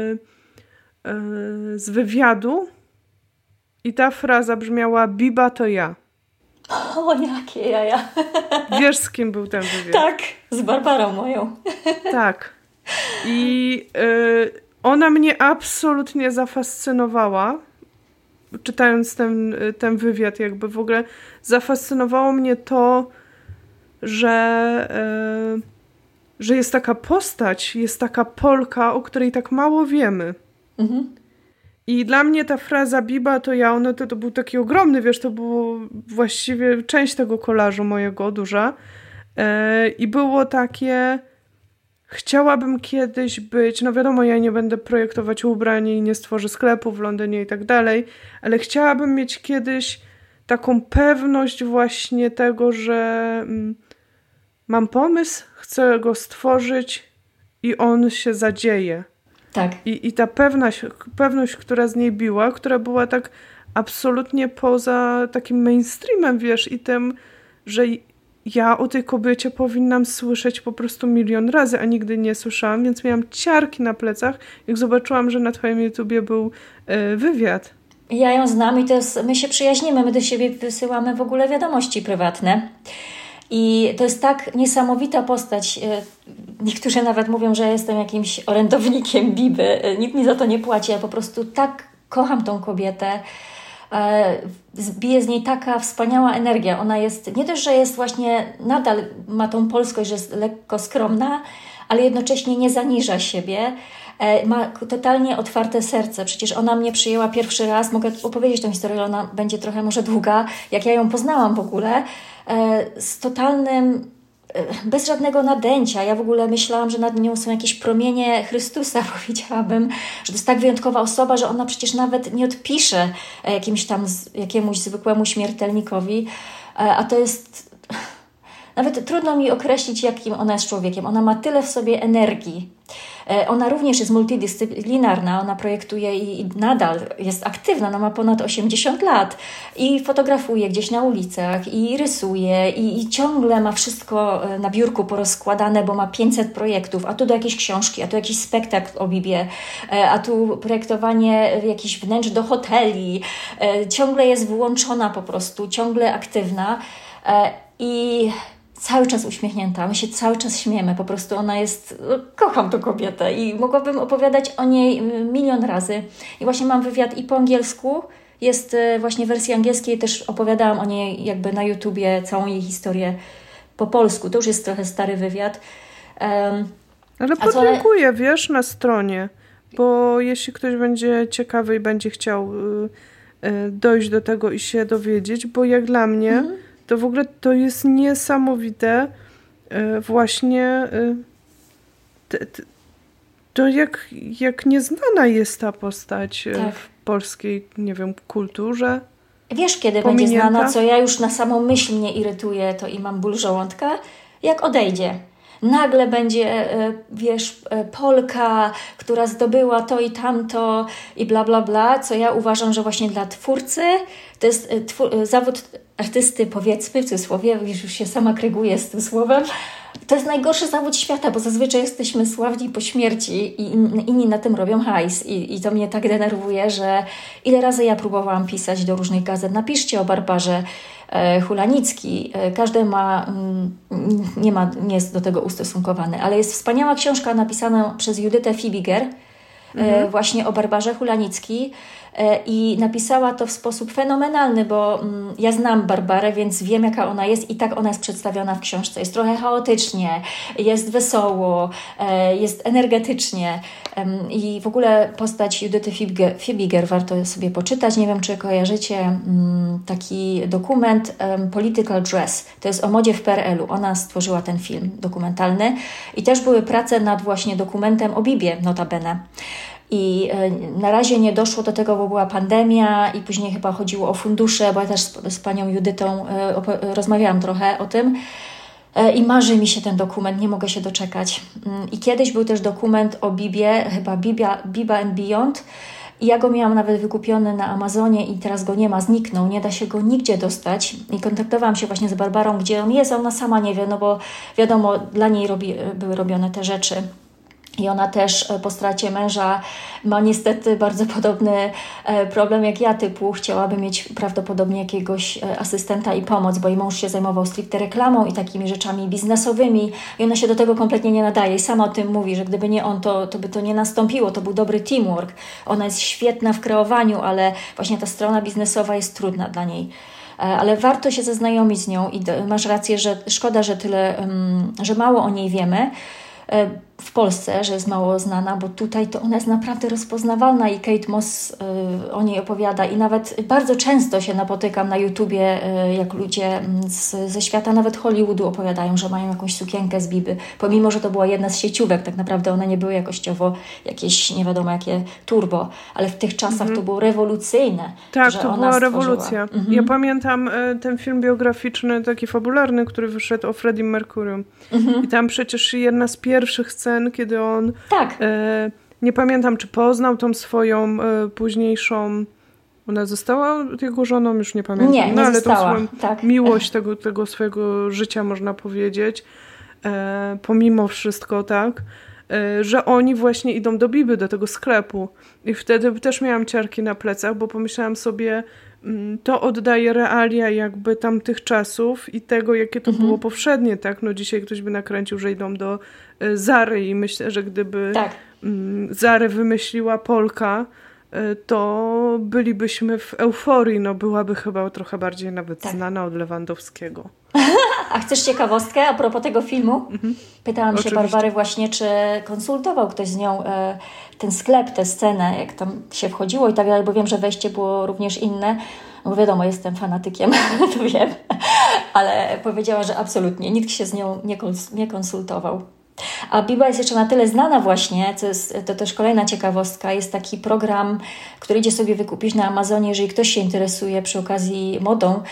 z wywiadu i ta fraza brzmiała: Biba to ja. O, jakie jaja. Wiesz, z kim był ten wywiad? Tak, z Barbarą moją. Tak. I ona mnie absolutnie zafascynowała, czytając ten wywiad, jakby w ogóle zafascynowało mnie to, że jest taka postać, jest taka Polka, o której tak mało wiemy. I dla mnie ta fraza Biba to ja, to był taki ogromny, wiesz, to było właściwie część tego kolażu mojego, duża. I było takie: chciałabym kiedyś być, no wiadomo, ja nie będę projektować ubrań i nie stworzę sklepu w Londynie i tak dalej, ale chciałabym mieć kiedyś taką pewność właśnie tego, że mam pomysł, chcę go stworzyć i on się zadzieje. Tak. I ta pewność, która z niej biła, która była tak absolutnie poza takim mainstreamem, wiesz, i tym, że ja o tej kobiecie powinnam słyszeć po prostu milion razy, a nigdy nie słyszałam, więc miałam ciarki na plecach, jak zobaczyłam, że na twoim YouTubie był wywiad. Ja ją znam i my się przyjaźnimy, my do siebie wysyłamy w ogóle wiadomości prywatne. I to jest tak niesamowita postać. Niektórzy nawet mówią, że jestem jakimś orędownikiem Biby. Nikt mi za to nie płaci. Ja po prostu tak kocham tą kobietę. Bije z niej taka wspaniała energia. Ona jest, nie dość, że jest właśnie, nadal ma tą polskość, że jest lekko skromna, ale jednocześnie nie zaniża siebie. Ma totalnie otwarte serce. Przecież ona mnie przyjęła pierwszy raz. Mogę opowiedzieć tę historię, ona będzie trochę może długa. Jak ja ją poznałam w ogóle, z totalnym, bez żadnego nadęcia. Ja w ogóle myślałam, że nad nią są jakieś promienie Chrystusa. Powiedziałabym, że to jest tak wyjątkowa osoba, że ona przecież nawet nie odpisze jakiemuś zwykłemu śmiertelnikowi. A to jest... Nawet trudno mi określić, jakim ona jest człowiekiem. Ona ma tyle w sobie energii. Ona również jest multidyscyplinarna. Ona projektuje i nadal jest aktywna. Ona ma ponad 80 lat. I fotografuje gdzieś na ulicach, i rysuje, i ciągle ma wszystko na biurku porozkładane, bo ma 500 projektów. A tu do jakiejś książki, a tu jakiś spektakl o Bibie, a tu projektowanie jakichś wnętrz do hoteli. Ciągle jest włączona po prostu, ciągle aktywna. I cały czas uśmiechnięta, my się cały czas śmiejemy, po prostu ona jest, kocham tę kobietę i mogłabym opowiadać o niej milion razy. I właśnie mam wywiad i po angielsku, jest właśnie w wersji angielskiej, też opowiadałam o niej jakby na YouTubie, całą jej historię po polsku, to już jest trochę stary wywiad. Ale podlinkuję, wiesz, na stronie, bo jeśli ktoś będzie ciekawy i będzie chciał dojść do tego i się dowiedzieć, bo jak dla mnie to w ogóle to jest niesamowite właśnie to jak nieznana jest ta postać w polskiej, nie wiem, kulturze. Wiesz, kiedy będzie znana, co ja już na samą myśl mnie irytuje, to i mam ból żołądka, jak odejdzie. Nagle będzie, wiesz, Polka, która zdobyła to i tamto i bla, bla, bla, co ja uważam, że właśnie dla twórcy to jest zawód artysty, powiedzmy, w cudzysłowie, już się sama kryguję z tym słowem, to jest najgorszy zawód świata, bo zazwyczaj jesteśmy sławni po śmierci i inni na tym robią hajs. I to mnie tak denerwuje, że ile razy ja próbowałam pisać do różnych gazet, napiszcie o Barbarze Hulanicki. Każdy nie jest do tego ustosunkowany, ale jest wspaniała książka napisana przez Judithę Fibiger, właśnie o Barbarze Hulanicki. I napisała to w sposób fenomenalny, bo ja znam Barbarę, więc wiem, jaka ona jest i tak ona jest przedstawiona w książce. Jest trochę chaotycznie, jest wesoło, jest energetycznie i w ogóle postać Judithy Fibiger warto sobie poczytać. Nie wiem, czy kojarzycie taki dokument Political Dress. To jest o modzie w PRL-u. Ona stworzyła ten film dokumentalny i też były prace nad właśnie dokumentem o Bibie, notabene. I na razie nie doszło do tego, bo była pandemia i później chyba chodziło o fundusze, bo ja też z panią Judytą rozmawiałam trochę o tym i marzy mi się ten dokument, nie mogę się doczekać. I kiedyś był też dokument o Bibie, chyba Biba and Beyond i ja go miałam nawet wykupiony na Amazonie i teraz go nie ma, zniknął, nie da się go nigdzie dostać i kontaktowałam się właśnie z Barbarą, gdzie on jest, a ona sama nie wie, no bo wiadomo, dla niej były robione te rzeczy. I ona też po stracie męża ma niestety bardzo podobny problem jak ja, typu chciałaby mieć prawdopodobnie jakiegoś asystenta i pomoc, bo jej mąż się zajmował stricte reklamą i takimi rzeczami biznesowymi i ona się do tego kompletnie nie nadaje. I sama o tym mówi, że gdyby nie on, to by to nie nastąpiło, to był dobry teamwork. Ona jest świetna w kreowaniu, ale właśnie ta strona biznesowa jest trudna dla niej. Ale warto się zaznajomić z nią i masz rację, że szkoda, że tyle, że mało o niej wiemy. w Polsce, że jest mało znana, bo tutaj to ona jest naprawdę rozpoznawalna i Kate Moss o niej opowiada i nawet bardzo często się napotykam na YouTubie, jak ludzie ze świata nawet Hollywoodu opowiadają, że mają jakąś sukienkę z Biby, pomimo, że to była jedna z sieciówek, tak naprawdę one nie były jakościowo jakieś nie wiadomo jakie turbo, ale w tych czasach to było rewolucyjne. Tak, że to ona była stworzyła. rewolucja. Ja pamiętam ten film biograficzny, taki fabularny, który wyszedł o Freddie Mercury. I tam przecież jedna z pierwszych scen, kiedy on nie pamiętam, czy poznał tą swoją późniejszą, ona została jego żoną, już nie pamiętam. Nie ale została. tą swoją miłość tego swojego życia, można powiedzieć, pomimo wszystko, tak, że oni właśnie idą do Biby, do tego sklepu. I wtedy też miałam ciarki na plecach, bo pomyślałam sobie, to oddaje realia jakby tamtych czasów i tego, jakie to było powszednie, tak? No dzisiaj ktoś by nakręcił, że idą do Zary i myślę, że gdyby Zary wymyśliła Polka, to bylibyśmy w euforii, no byłaby chyba trochę bardziej nawet znana od Lewandowskiego. A chcesz ciekawostkę a propos tego filmu? Pytałam się Barbary właśnie, czy konsultował ktoś z nią ten sklep, tę scenę, jak tam się wchodziło i tak dalej, bo wiem, że wejście było również inne. No wiadomo, jestem fanatykiem, to wiem, ale powiedziała, że absolutnie nikt się z nią nie konsultował. A Biba jest jeszcze na tyle znana właśnie, to też kolejna ciekawostka, jest taki program, który idzie sobie wykupić na Amazonie, jeżeli ktoś się interesuje przy okazji modą,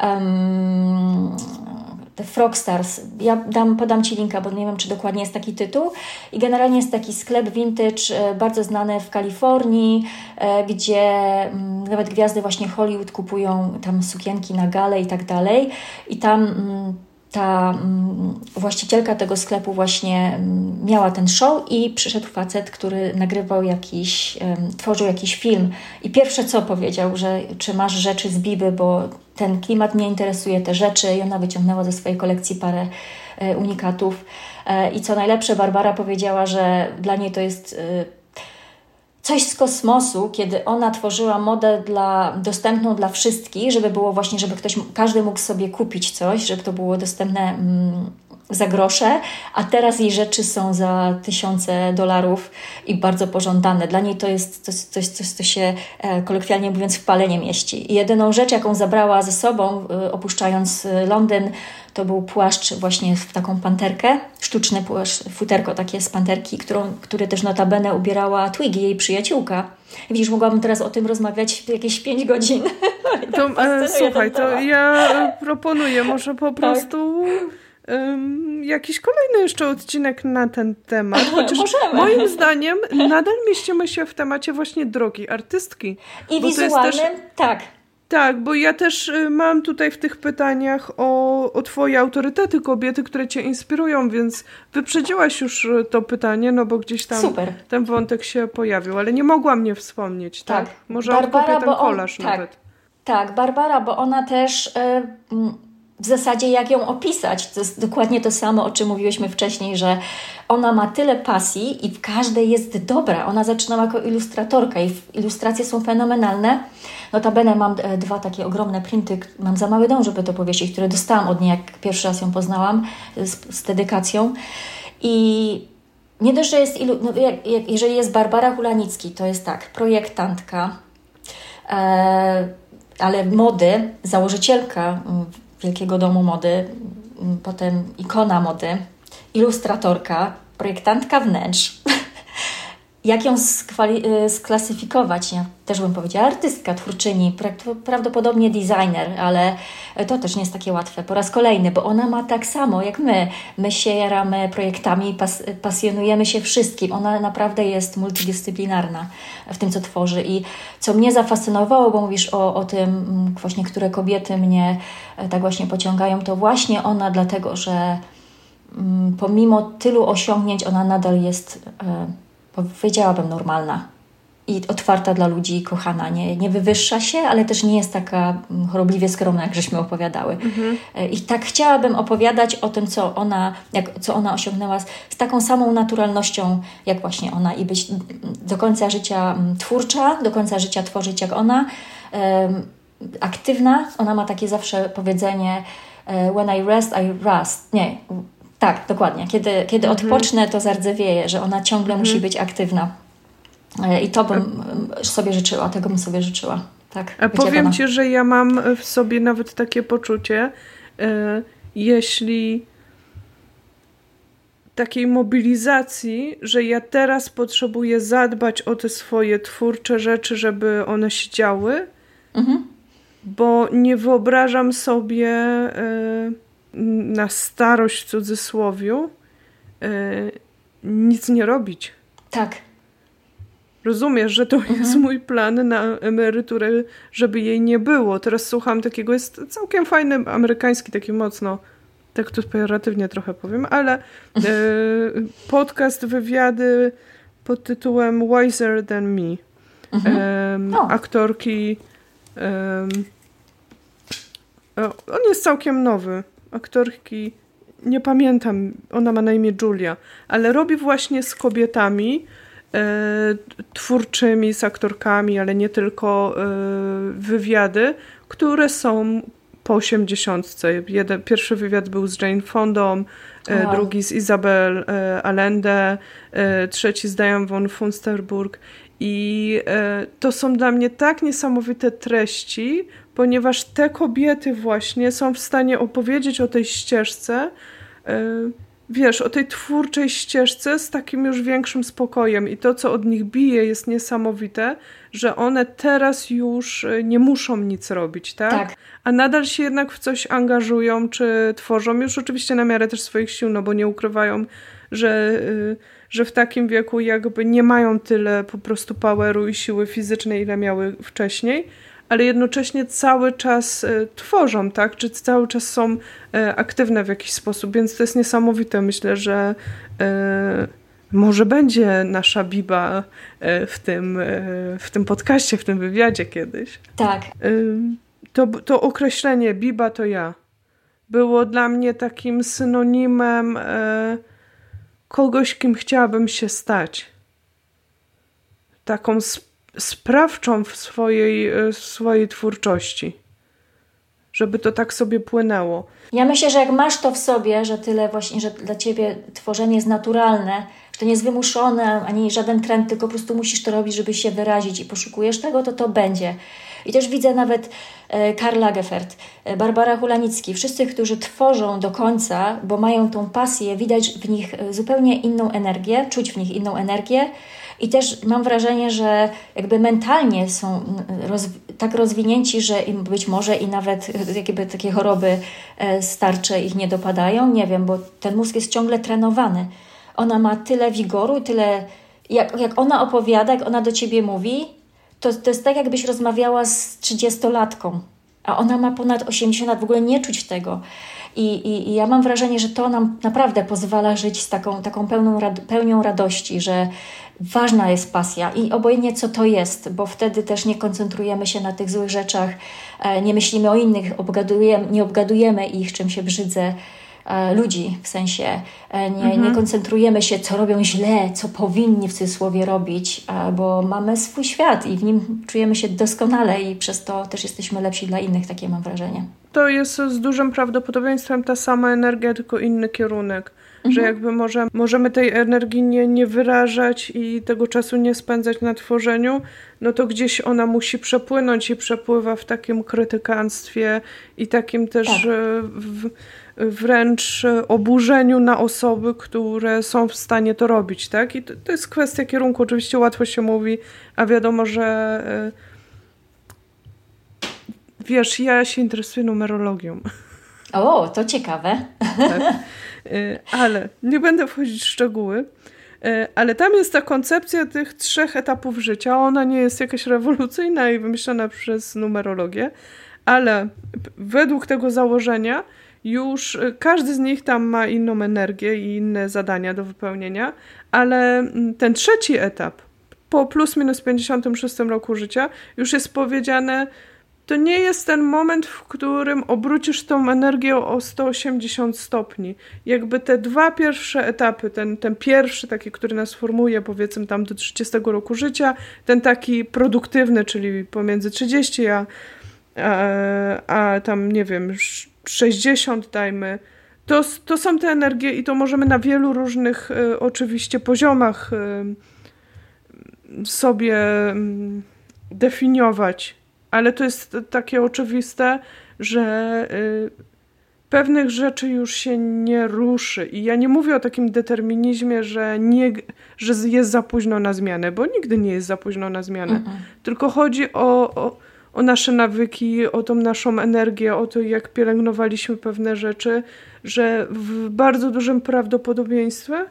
The Frogstars. Ja podam Ci linka, bo nie wiem, czy dokładnie jest taki tytuł. I generalnie jest taki sklep vintage, bardzo znany w Kalifornii, gdzie nawet gwiazdy właśnie Hollywood kupują tam sukienki na gale i tak dalej. I tam ta właścicielka tego sklepu właśnie miała ten show i przyszedł facet, który nagrywał tworzył jakiś film. I pierwsze co powiedział, że czy masz rzeczy z Biby, bo ten klimat mnie interesuje, te rzeczy. I ona wyciągnęła ze swojej kolekcji parę unikatów. I co najlepsze, Barbara powiedziała, że dla niej to jest coś z kosmosu, kiedy ona tworzyła modę dostępną dla wszystkich, żeby było właśnie, żeby każdy mógł sobie kupić coś, żeby to było dostępne za grosze, a teraz jej rzeczy są za $1000 i bardzo pożądane. Dla niej to jest coś, co się kolokwialnie mówiąc w pale nie mieści. I jedyną rzecz, jaką zabrała ze sobą, opuszczając Londyn, to był płaszcz właśnie w taką panterkę, sztuczny płaszcz, futerko takie z panterki, który też notabene ubierała Twiggy, jej przyjaciółka. I widzisz, mogłabym teraz o tym rozmawiać jakieś 5 godzin. To, słuchaj, to ja proponuję może po prostu jakiś kolejny jeszcze odcinek na ten temat. Chociaż moim zdaniem nadal mieścimy się w temacie właśnie drogi artystki. I wizualnym, tak. Tak, bo ja też mam tutaj w tych pytaniach o twoje autorytety, kobiety, które cię inspirują, więc wyprzedziłaś już to pytanie, no bo gdzieś tam ten wątek się pojawił, ale nie mogłam nie wspomnieć, tak? Może odkopię ten kolaż nawet. Tak, Barbara, bo ona też w zasadzie jak ją opisać, to jest dokładnie to samo, o czym mówiłyśmy wcześniej, że ona ma tyle pasji i w każdej jest dobra. Ona zaczynała jako ilustratorka i ilustracje są fenomenalne. Notabene mam 2 takie ogromne printy, mam za mały dom, żeby to powiesić, które dostałam od niej, jak pierwszy raz ją poznałam z dedykacją. I nie dość, że jest jeżeli jest Barbara Hulanicki, to jest tak, projektantka, ale mody, założycielka Wielkiego Domu Mody, potem ikona mody, ilustratorka, projektantka wnętrz. Jak ją sklasyfikować? Ja też bym powiedziała artystka, twórczyni, prawdopodobnie designer, ale to też nie jest takie łatwe. Po raz kolejny, bo ona ma tak samo jak my. My się jaramy projektami, pasjonujemy się wszystkim. Ona naprawdę jest multidyscyplinarna w tym, co tworzy. I co mnie zafascynowało, bo mówisz o tym właśnie, które kobiety mnie tak właśnie pociągają, to właśnie ona, dlatego że pomimo tylu osiągnięć, ona nadal jest powiedziałabym normalna i otwarta dla ludzi i kochana. Nie wywyższa się, ale też nie jest taka chorobliwie skromna, jak żeśmy opowiadały. I tak chciałabym opowiadać o tym, co ona osiągnęła z taką samą naturalnością, jak właśnie ona i być do końca życia twórcza, do końca życia tworzyć jak ona, aktywna. Ona ma takie zawsze powiedzenie when I rest, I rust. Nie, Tak, dokładnie. Kiedy odpocznę, to zardzewieję, że ona ciągle musi być aktywna. I to bym sobie życzyła, tego bym sobie życzyła. Tak, a powiem Ci, że ja mam w sobie nawet takie poczucie, jeśli takiej mobilizacji, że ja teraz potrzebuję zadbać o te swoje twórcze rzeczy, żeby one się działy, bo nie wyobrażam sobie na starość w cudzysłowiu nic nie robić. Tak. Rozumiesz, że to jest mój plan na emeryturę, żeby jej nie było. Teraz słucham takiego, jest całkiem fajny, amerykański, taki mocno, tak tu pejoratywnie trochę powiem, ale podcast, wywiady pod tytułem Wiser Than Me. Aktorki. On jest całkiem nowy. Aktorki, nie pamiętam, ona ma na imię Julia, ale robi właśnie z kobietami twórczymi, z aktorkami, ale nie tylko, wywiady, które są po 80. Pierwszy wywiad był z Jane Fondą, drugi z Isabel Allende, trzeci z Diane von Fürstenberg. I to są dla mnie tak niesamowite treści, ponieważ te kobiety właśnie są w stanie opowiedzieć o tej ścieżce, wiesz, o tej twórczej ścieżce z takim już większym spokojem. I to, co od nich bije, jest niesamowite, że one teraz już nie muszą nic robić, tak? Tak. A nadal się jednak w coś angażują, czy tworzą, już oczywiście na miarę też swoich sił, no bo nie ukrywają, że w takim wieku jakby nie mają tyle po prostu poweru i siły fizycznej, ile miały wcześniej, ale jednocześnie cały czas tworzą, tak? Czy cały czas są aktywne w jakiś sposób, więc to jest niesamowite. Myślę, że może będzie nasza Biba w tym podcaście, w tym wywiadzie kiedyś. Tak. To określenie Biba to ja było dla mnie takim synonimem kogoś, kim chciałabym się stać. Taką sprawczą w swojej twórczości. Żeby to tak sobie płynęło. Ja myślę, że jak masz to w sobie, że tyle właśnie, że dla ciebie tworzenie jest naturalne, że to nie jest wymuszone, ani żaden trend, tylko po prostu musisz to robić, żeby się wyrazić i poszukujesz tego, to będzie. I też widzę nawet Karl Lagerfeld, Barbara Hulanicki, wszyscy, którzy tworzą do końca, bo mają tą pasję, widać w nich zupełnie inną energię, czuć w nich inną energię. I też mam wrażenie, że jakby mentalnie są tak rozwinięci, że im być może i nawet jakby takie choroby starcze ich nie dopadają. Nie wiem, bo ten mózg jest ciągle trenowany. Ona ma tyle wigoru, tyle... Jak ona opowiada, jak ona do ciebie mówi, to jest tak, jakbyś rozmawiała z 30-latką. A ona ma ponad 80 lat, w ogóle nie czuć tego. I ja mam wrażenie, że to nam naprawdę pozwala żyć z taką pełnią radości, że ważna jest pasja i obojętnie co to jest, bo wtedy też nie koncentrujemy się na tych złych rzeczach, nie myślimy o innych, nie obgadujemy ich, czym się brzydzę, ludzi, w sensie nie koncentrujemy się, co robią źle, co powinni w cudzysłowie robić, bo mamy swój świat i w nim czujemy się doskonale i przez to też jesteśmy lepsi dla innych, takie mam wrażenie. To jest z dużym prawdopodobieństwem ta sama energia, tylko inny kierunek. Że jakby możemy tej energii nie wyrażać i tego czasu nie spędzać na tworzeniu, no to gdzieś ona musi przepłynąć i przepływa w takim krytykanstwie i takim też wręcz oburzeniu na osoby, które są w stanie to robić, tak? I to jest kwestia kierunku. Oczywiście łatwo się mówi, a wiadomo, że wiesz, ja się interesuję numerologią. O, to ciekawe. Tak. Ale nie będę wchodzić w szczegóły, ale tam jest ta koncepcja tych 3 etapów życia. Ona nie jest jakaś rewolucyjna i wymyślona przez numerologię, ale według tego założenia już każdy z nich tam ma inną energię i inne zadania do wypełnienia, ale ten 3 etap po plus minus 56 roku życia już jest powiedziane, to nie jest ten moment, w którym obrócisz tą energię o 180 stopni. Jakby te 2 pierwsze etapy, ten pierwszy taki, który nas formuje powiedzmy tam do 30 roku życia, ten taki produktywny, czyli pomiędzy 30 a tam nie wiem 60 dajmy, To są te energie i to możemy na wielu różnych oczywiście poziomach sobie definiować, ale to jest takie oczywiste, że pewnych rzeczy już się nie ruszy. I ja nie mówię o takim determinizmie, że jest za późno na zmianę, bo nigdy nie jest za późno na zmianę. Tylko chodzi o nasze nawyki, o tą naszą energię, o to, jak pielęgnowaliśmy pewne rzeczy, że w bardzo dużym prawdopodobieństwie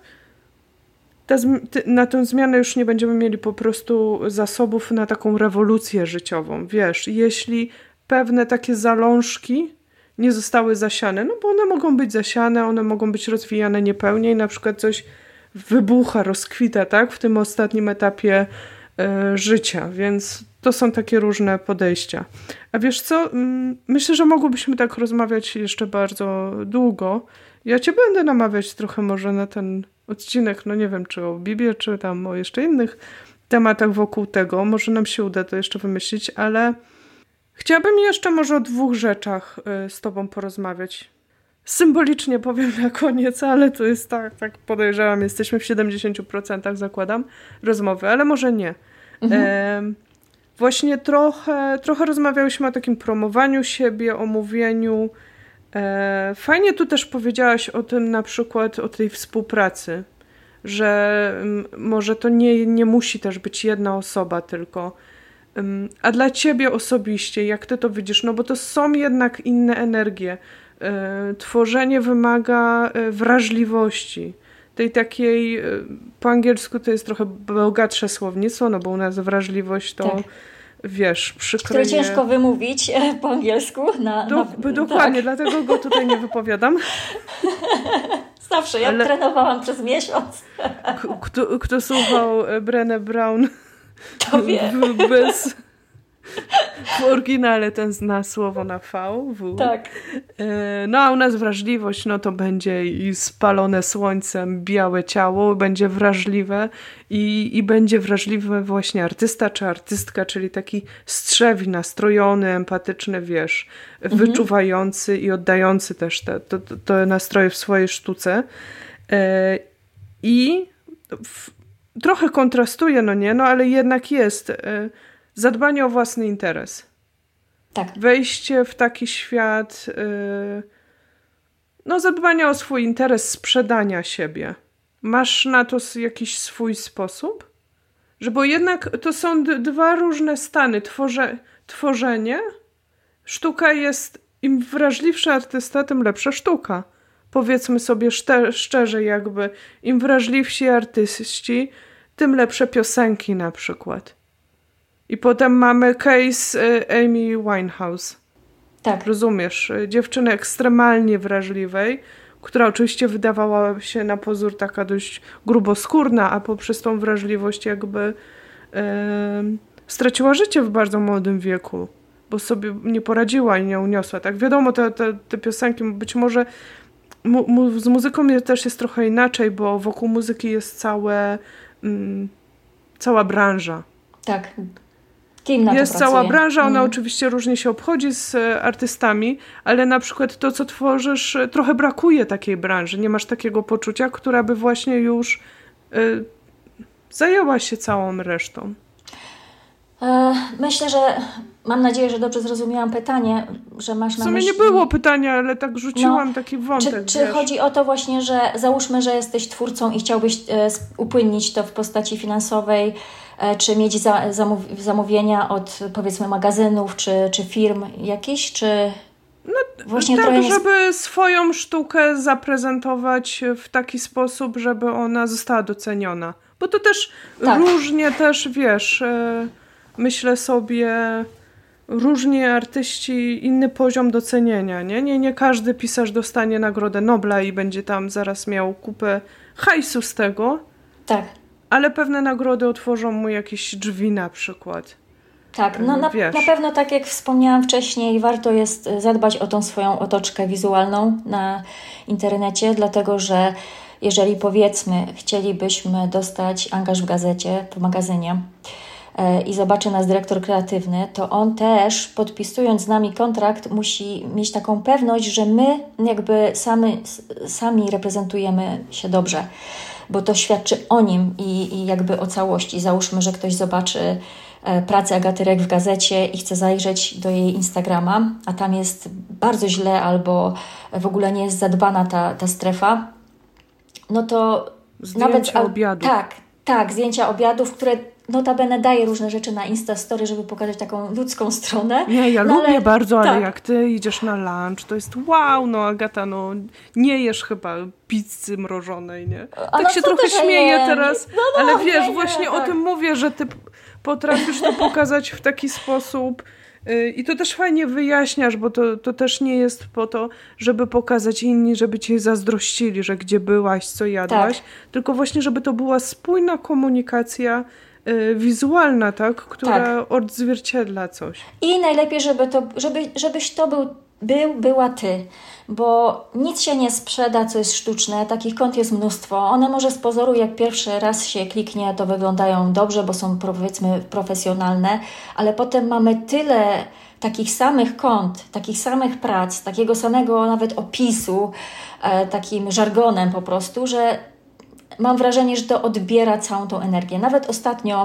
na tę zmianę już nie będziemy mieli po prostu zasobów na taką rewolucję życiową. Wiesz, jeśli pewne takie zalążki nie zostały zasiane, no bo one mogą być zasiane, one mogą być rozwijane niepełnie i na przykład coś wybucha, rozkwita, tak, w tym ostatnim etapie życia, więc to są takie różne podejścia. A wiesz co, myślę, że mogłybyśmy tak rozmawiać jeszcze bardzo długo. Ja cię będę namawiać trochę może na ten odcinek, no nie wiem, czy o Biblię, czy tam o jeszcze innych tematach wokół tego. Może nam się uda to jeszcze wymyślić, ale chciałabym jeszcze może o 2 rzeczach z tobą porozmawiać. Symbolicznie powiem na koniec, ale to jest tak podejrzewam, jesteśmy w 70% zakładam rozmowy, ale może nie. Właśnie trochę rozmawiałyśmy o takim promowaniu siebie, o mówieniu. Fajnie tu też powiedziałaś o tym, na przykład o tej współpracy, że może to nie musi też być jedna osoba tylko. A dla ciebie osobiście, jak ty to widzisz? No bo to są jednak inne energie. Tworzenie wymaga wrażliwości. Tej takiej, po angielsku to jest trochę bogatsze słownictwo, no bo u nas wrażliwość to, tak, wiesz, przykryje... Które ciężko wymówić po angielsku. Dokładnie, tak. Dlatego go tutaj nie wypowiadam. Zawsze, ja trenowałam przez miesiąc. Kto słuchał Brené Brown to wie. W oryginale ten zna słowo na V. Tak. No a u nas wrażliwość, no to będzie i spalone słońcem białe ciało, będzie wrażliwe i będzie wrażliwy właśnie artysta czy artystka, czyli taki strzewi, nastrojony, empatyczny, wiesz, wyczuwający i oddający też te nastroje w swojej sztuce. I trochę kontrastuje, no nie, no ale jednak jest... Zadbanie o własny interes. Tak. Wejście w taki świat, zadbanie o swój interes, sprzedania siebie. Masz na to jakiś swój sposób? Bo jednak to są 2 różne stany. Tworzenie. Sztuka jest, im wrażliwszy artysta, tym lepsza sztuka. Powiedzmy sobie szczerze jakby, im wrażliwsi artyści, tym lepsze piosenki na przykład. I potem mamy case Amy Winehouse. Tak. Rozumiesz? Dziewczyny ekstremalnie wrażliwej, która oczywiście wydawała się na pozór taka dość gruboskórna, a poprzez tą wrażliwość jakby straciła życie w bardzo młodym wieku, bo sobie nie poradziła i nie uniosła. Tak, wiadomo, te piosenki być może z muzyką też jest trochę inaczej, bo wokół muzyki jest cała branża. Tak. Jest cała branża, ona oczywiście różnie się obchodzi z artystami, ale na przykład to, co tworzysz, trochę brakuje takiej branży. Nie masz takiego poczucia, która by właśnie już zajęła się całą resztą. Myślę, że mam nadzieję, że dobrze zrozumiałam pytanie, że masz na myśli... W sumie nie było pytania, ale tak rzuciłam taki wątek. Czy chodzi o to właśnie, że załóżmy, że jesteś twórcą i chciałbyś upłynnić to w postaci finansowej, czy mieć zamówienia od, powiedzmy, magazynów, czy firm jakichś, czy... Właśnie tak, żeby swoją sztukę zaprezentować w taki sposób, żeby ona została doceniona. Bo to też różnie też, wiesz, myślę sobie, różnie artyści inny poziom docenienia, nie? Nie każdy pisarz dostanie Nagrodę Nobla i będzie tam zaraz miał kupę hajsu z tego. Tak. Ale pewne nagrody otworzą mu jakieś drzwi na przykład. Tak, na pewno tak jak wspomniałam wcześniej, warto jest zadbać o tą swoją otoczkę wizualną na internecie, dlatego że jeżeli powiedzmy chcielibyśmy dostać angaż w gazecie, w magazynie, i zobaczy nas dyrektor kreatywny, to on też, podpisując z nami kontrakt, musi mieć taką pewność, że my jakby sami reprezentujemy się dobrze, bo to świadczy o nim i jakby o całości. Załóżmy, że ktoś zobaczy pracę Agaty Rek w gazecie i chce zajrzeć do jej Instagrama, a tam jest bardzo źle albo w ogóle nie jest zadbana ta strefa, no to zdjęcia obiadów. Tak, zdjęcia obiadów, które notabene daje różne rzeczy na Instastory, żeby pokazać taką ludzką stronę. Nie, ja lubię bardzo, ale jak ty idziesz na lunch, to jest wow, no Agata, no nie jesz chyba pizzy mrożonej, nie? Tak się trochę śmieję teraz, ale wiesz, właśnie o tym mówię, że ty potrafisz to pokazać w taki sposób i to też fajnie wyjaśniasz, bo to też nie jest po to, żeby pokazać inni, żeby cię zazdrościli, że gdzie byłaś, co jadłaś, tylko właśnie, żeby to była spójna komunikacja wizualna, tak? Która odzwierciedla coś. I najlepiej, żebyś to była ty, bo nic się nie sprzeda, co jest sztuczne, takich kont jest mnóstwo. One może z pozoru, jak pierwszy raz się kliknie, to wyglądają dobrze, bo są powiedzmy profesjonalne, ale potem mamy tyle takich samych kont, takich samych prac, takiego samego nawet opisu, takim żargonem po prostu, że mam wrażenie, że to odbiera całą tą energię. Nawet ostatnio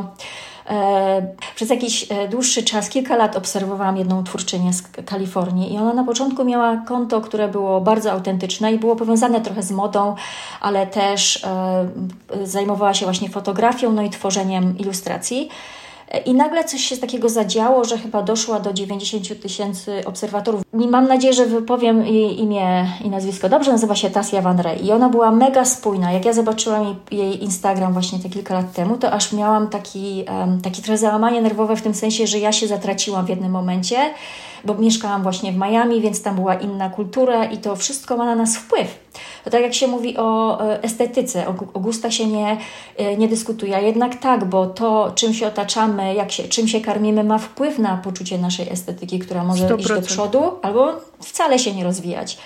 przez jakiś dłuższy czas, kilka lat obserwowałam jedną twórczynię z Kalifornii i ona na początku miała konto, które było bardzo autentyczne i było powiązane trochę z modą, ale też zajmowała się właśnie fotografią, no i tworzeniem ilustracji. I nagle coś się takiego zadziało, że chyba doszła do 90 000 obserwatorów. I mam nadzieję, że wypowiem jej imię i nazwisko dobrze. Nazywa się Tasja Van Rey. I ona była mega spójna. Jak ja zobaczyłam jej Instagram właśnie te kilka lat temu, to aż miałam takie trochę załamanie nerwowe w tym sensie, że ja się zatraciłam w jednym momencie, bo mieszkałam właśnie w Miami, więc tam była inna kultura i to wszystko ma na nas wpływ. To tak jak się mówi o estetyce, o gustach się nie dyskutuje, a jednak tak, bo to, czym się otaczamy, czym się karmimy, ma wpływ na poczucie naszej estetyki, która może 100%. Iść do przodu albo wcale się nie rozwijać.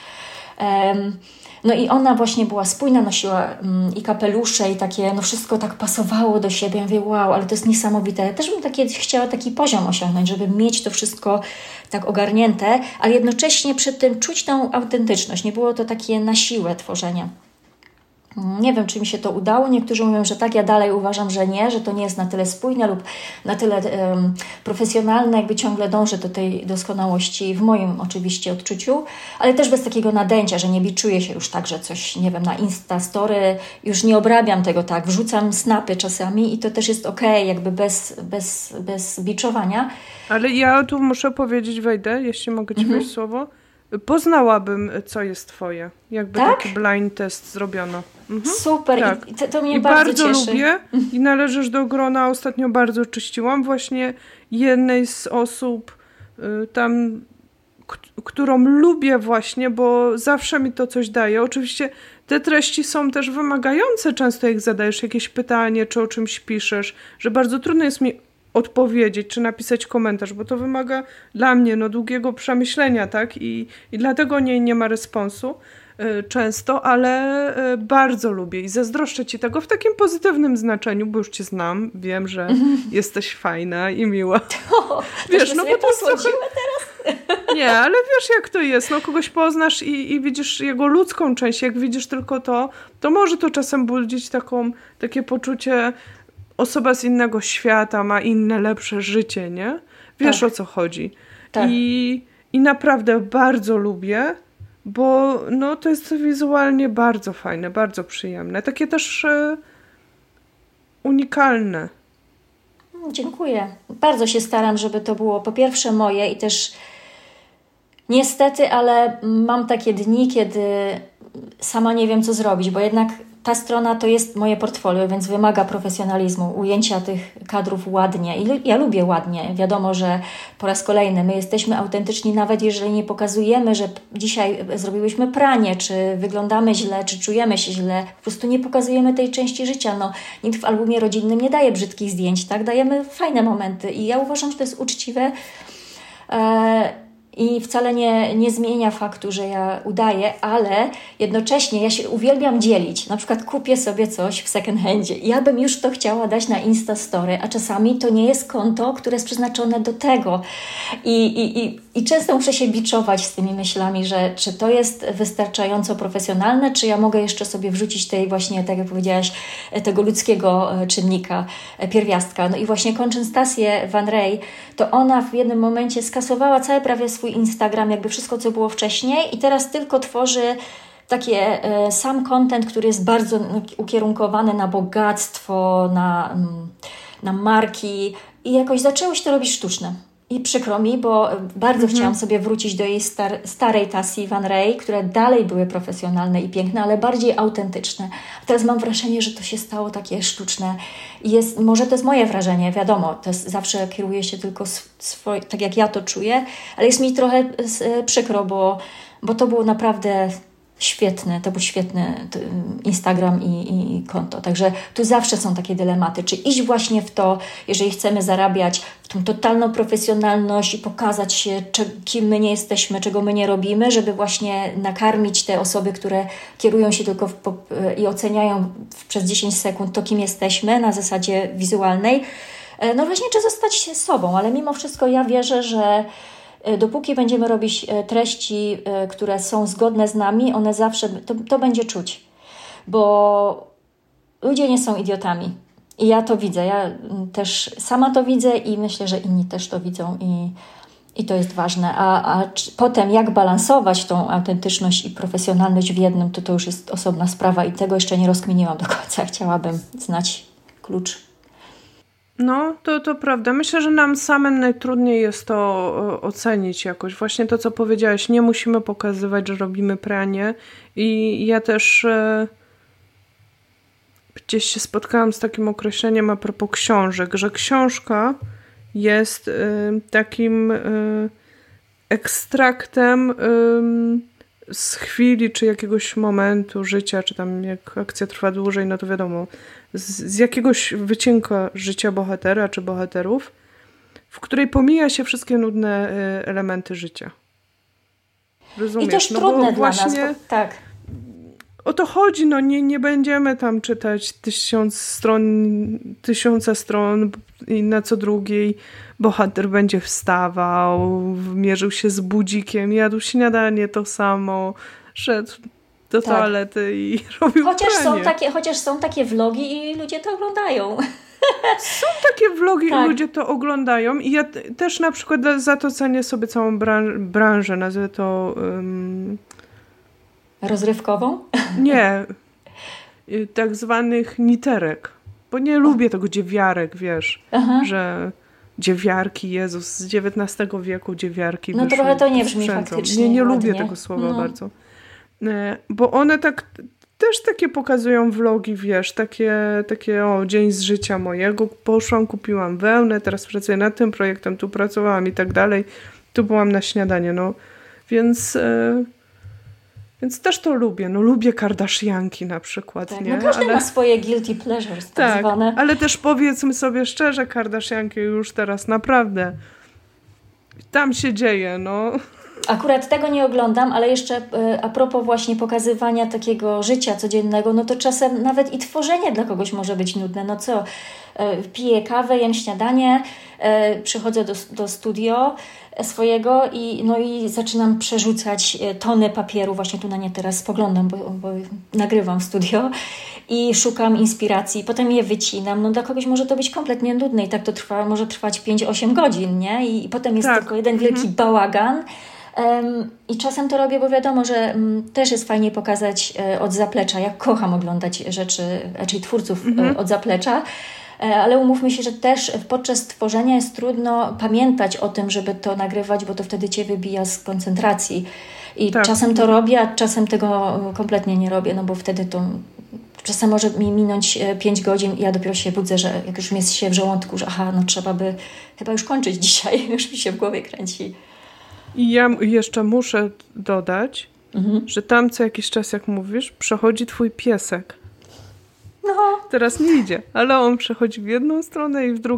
No i ona właśnie była spójna, nosiła i kapelusze i takie, no wszystko tak pasowało do siebie. Ja mówię, wow, ale to jest niesamowite. Ja też bym chciała taki poziom osiągnąć, żeby mieć to wszystko tak ogarnięte, ale jednocześnie przy tym czuć tą autentyczność. Nie było to takie na siłę tworzenie. Nie wiem, czy mi się to udało. Niektórzy mówią, że tak. Ja dalej uważam, że nie, że to nie jest na tyle spójne lub na tyle profesjonalne, jakby ciągle dążę do tej doskonałości w moim oczywiście odczuciu, ale też bez takiego nadęcia, że nie biczuję się już tak, że coś, nie wiem, na Instastory, już nie obrabiam tego tak, wrzucam snapy czasami i to też jest okej, jakby bez biczowania. Ale ja tu muszę powiedzieć, wejdę, jeśli mogę Ci wejść słowo. Poznałabym, co jest twoje. Jakby taki blind test zrobiono. Super, tak. To mnie bardzo cieszy. Lubię i należysz do grona. Ostatnio bardzo czyściłam właśnie jednej z osób tam, którą lubię właśnie, bo zawsze mi to coś daje. Oczywiście te treści są też wymagające często, jak zadajesz jakieś pytanie, czy o czymś piszesz, że bardzo trudno jest mi odpowiedzieć, czy napisać komentarz, bo to wymaga dla mnie długiego przemyślenia, tak? I dlatego nie ma responsu często, ale bardzo lubię i zazdroszczę Ci tego w takim pozytywnym znaczeniu, bo już Cię znam, wiem, że jesteś fajna i miła. Wiesz, bo to trochę... teraz? Nie, ale wiesz jak to jest, kogoś poznasz i widzisz jego ludzką część, jak widzisz tylko to może to czasem budzić takie poczucie, osoba z innego świata ma inne, lepsze życie, nie? Wiesz o co chodzi. Tak. I naprawdę bardzo lubię, bo to jest wizualnie bardzo fajne, bardzo przyjemne. Takie też unikalne. Dziękuję. Bardzo się staram, żeby to było po pierwsze moje i też niestety, ale mam takie dni, kiedy sama nie wiem, co zrobić, bo jednak ta strona to jest moje portfolio, więc wymaga profesjonalizmu, ujęcia tych kadrów ładnie. I ja lubię ładnie. Wiadomo, że po raz kolejny my jesteśmy autentyczni, nawet jeżeli nie pokazujemy, że dzisiaj zrobiłyśmy pranie, czy wyglądamy źle, czy czujemy się źle. Po prostu nie pokazujemy tej części życia. Nikt w albumie rodzinnym nie daje brzydkich zdjęć, tak? Dajemy fajne momenty i ja uważam, że to jest uczciwe. I wcale nie zmienia faktu, że ja udaję, ale jednocześnie ja się uwielbiam dzielić. Na przykład kupię sobie coś w second handzie. Ja bym już to chciała dać na Instastory, a czasami to nie jest konto, które jest przeznaczone do tego. I często muszę się biczować z tymi myślami, że czy to jest wystarczająco profesjonalne, czy ja mogę jeszcze sobie wrzucić tej właśnie, tak jak powiedziałaś, tego ludzkiego czynnika, pierwiastka. No i właśnie kończąc Stację Van Ray, to ona w jednym momencie skasowała cały prawie swój Instagram, jakby wszystko, co było wcześniej i teraz tylko tworzy takie sam content, który jest bardzo ukierunkowany na bogactwo, na marki i jakoś zaczęło się to robić sztuczne. I przykro mi, bo bardzo chciałam sobie wrócić do jej starej Tassy Van Ray, które dalej były profesjonalne i piękne, ale bardziej autentyczne. A teraz mam wrażenie, że to się stało takie sztuczne. Może to jest moje wrażenie, wiadomo, to jest, zawsze kieruję się tylko tak jak ja to czuję, ale jest mi trochę przykro, bo to było naprawdę świetny, to był świetny Instagram i konto. Także tu zawsze są takie dylematy, czy iść właśnie w to, jeżeli chcemy zarabiać w tą totalną profesjonalność i pokazać się, kim my nie jesteśmy, czego my nie robimy, żeby właśnie nakarmić te osoby, które kierują się tylko i oceniają przez 10 sekund to, kim jesteśmy na zasadzie wizualnej. No właśnie, czy zostać się sobą, ale mimo wszystko ja wierzę, że dopóki będziemy robić treści, które są zgodne z nami, one zawsze, to będzie czuć. Bo ludzie nie są idiotami. I ja to widzę. Ja też sama to widzę i myślę, że inni też to widzą i to jest ważne. A potem jak balansować tą autentyczność i profesjonalność w jednym, to już jest osobna sprawa i tego jeszcze nie rozkminiłam do końca. Chciałabym znać klucz. No, to prawda. Myślę, że nam samym najtrudniej jest to ocenić jakoś. Właśnie to, co powiedziałaś, nie musimy pokazywać, że robimy pranie. I ja też gdzieś się spotkałam z takim określeniem a propos książek, że książka jest takim ekstraktem z chwili, czy jakiegoś momentu życia, czy tam jak akcja trwa dłużej, no to wiadomo, z jakiegoś wycinka życia bohatera, czy bohaterów, w której pomija się wszystkie nudne elementy życia. Rozumiesz? I też trudne dla nas, tak. O to chodzi, no nie będziemy tam czytać 1000 stron i na co drugiej bohater będzie wstawał, mierzył się z budzikiem, jadł śniadanie to samo, szedł do toalety i robił pranie. Chociaż są takie vlogi i ludzie to oglądają. Są takie vlogi i ludzie to oglądają i ja też na przykład za to cenię sobie całą branżę, nazwę to... Rozrywkową? Nie. Tak zwanych niterek. Bo nie lubię tego dziewiarek, wiesz, że dziewiarki, Jezus, z XIX wieku dziewiarki. No trochę to nie brzmi faktycznie. Nie lubię tego słowa bardzo. Bo one tak też takie pokazują vlogi, wiesz, takie dzień z życia mojego. Poszłam, kupiłam wełnę, teraz pracuję nad tym projektem, tu pracowałam i tak dalej. Tu byłam na śniadanie, no. Więc też to lubię. No lubię Kardashianki na przykład, tak, nie? No każdy ma swoje guilty pleasures, tak zwane. Ale też powiedzmy sobie szczerze, Kardashianki już teraz naprawdę tam się dzieje, no. Akurat tego nie oglądam, ale jeszcze a propos właśnie pokazywania takiego życia codziennego, no to czasem nawet i tworzenie dla kogoś może być nudne. No co, piję kawę, jem śniadanie, przychodzę do studio swojego i zaczynam przerzucać tony papieru, właśnie tu na nie teraz spoglądam, bo nagrywam w studio i szukam inspiracji, potem je wycinam. No dla kogoś może to być kompletnie nudne i tak to może trwać 5-8 godzin, nie? I potem jest tylko jeden wielki bałagan. I czasem to robię, bo wiadomo, że też jest fajnie pokazać od zaplecza. Ja kocham oglądać rzeczy, czyli twórców od zaplecza, ale umówmy się, że też podczas tworzenia jest trudno pamiętać o tym, żeby to nagrywać, bo to wtedy Cię wybija z koncentracji. I czasem to robię, a czasem tego kompletnie nie robię, no bo wtedy to czasem może mi minąć 5 godzin i ja dopiero się budzę, że jak już mi się w żołądku, że no trzeba by chyba już kończyć dzisiaj, już mi się w głowie kręci. I ja jeszcze muszę dodać, że tam co jakiś czas, jak mówisz, przechodzi twój piesek. No. Teraz nie idzie, ale on przechodzi w jedną stronę i w drugie.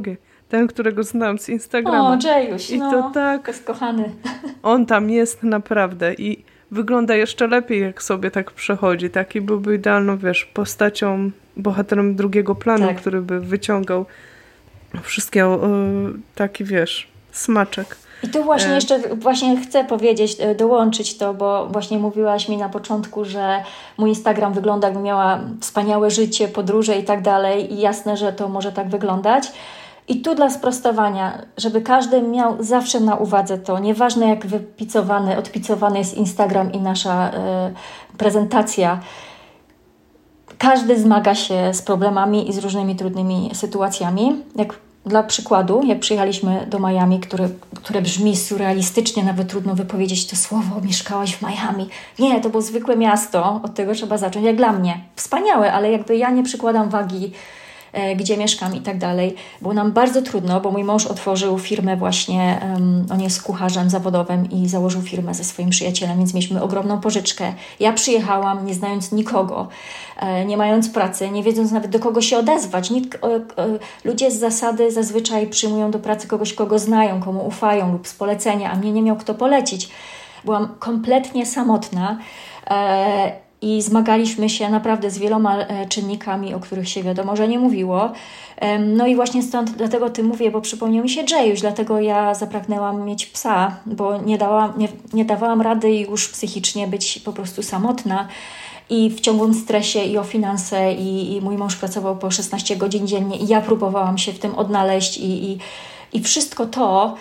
ten, którego znam z Instagrama. O, Jajuś, I to tak... jest kochany. On tam jest naprawdę i wygląda jeszcze lepiej, jak sobie tak przechodzi. Taki byłby idealną, postacią, bohaterem drugiego planu, tak, który by wyciągał wszystkie taki, smaczek. I tu właśnie jeszcze chcę powiedzieć, dołączyć to, bo właśnie mówiłaś mi na początku, że mój Instagram wygląda, jakby miała wspaniałe życie, podróże i tak dalej i jasne, że to może tak wyglądać. I tu dla sprostowania, żeby każdy miał zawsze na uwadze to, nieważne jak odpicowany jest Instagram i nasza prezentacja, każdy zmaga się z problemami i z różnymi trudnymi sytuacjami. Dla przykładu, jak przyjechaliśmy do Miami, które brzmi surrealistycznie, nawet trudno wypowiedzieć to słowo, mieszkałaś w Miami. Nie, to było zwykłe miasto, od tego trzeba zacząć. Jak dla mnie, wspaniałe, ale jakby ja nie przykładam wagi, gdzie mieszkam i tak dalej. Było nam bardzo trudno, bo mój mąż otworzył firmę właśnie, on jest kucharzem zawodowym i założył firmę ze swoim przyjacielem, więc mieliśmy ogromną pożyczkę. Ja przyjechałam, nie znając nikogo, nie mając pracy, nie wiedząc nawet do kogo się odezwać. Ludzie z zasady zazwyczaj przyjmują do pracy kogoś, kogo znają, komu ufają lub z polecenia, a mnie nie miał kto polecić. Byłam kompletnie samotna i zmagaliśmy się naprawdę z wieloma czynnikami, o których się wiadomo, że nie mówiło. No i właśnie dlatego Ty mówię, bo przypomniał mi się Jajuś, dlatego ja zapragnęłam mieć psa, bo nie dawałam rady już psychicznie być po prostu samotna i w ciągłym stresie i o finanse i mój mąż pracował po 16 godzin dziennie i ja próbowałam się w tym odnaleźć i wszystko to...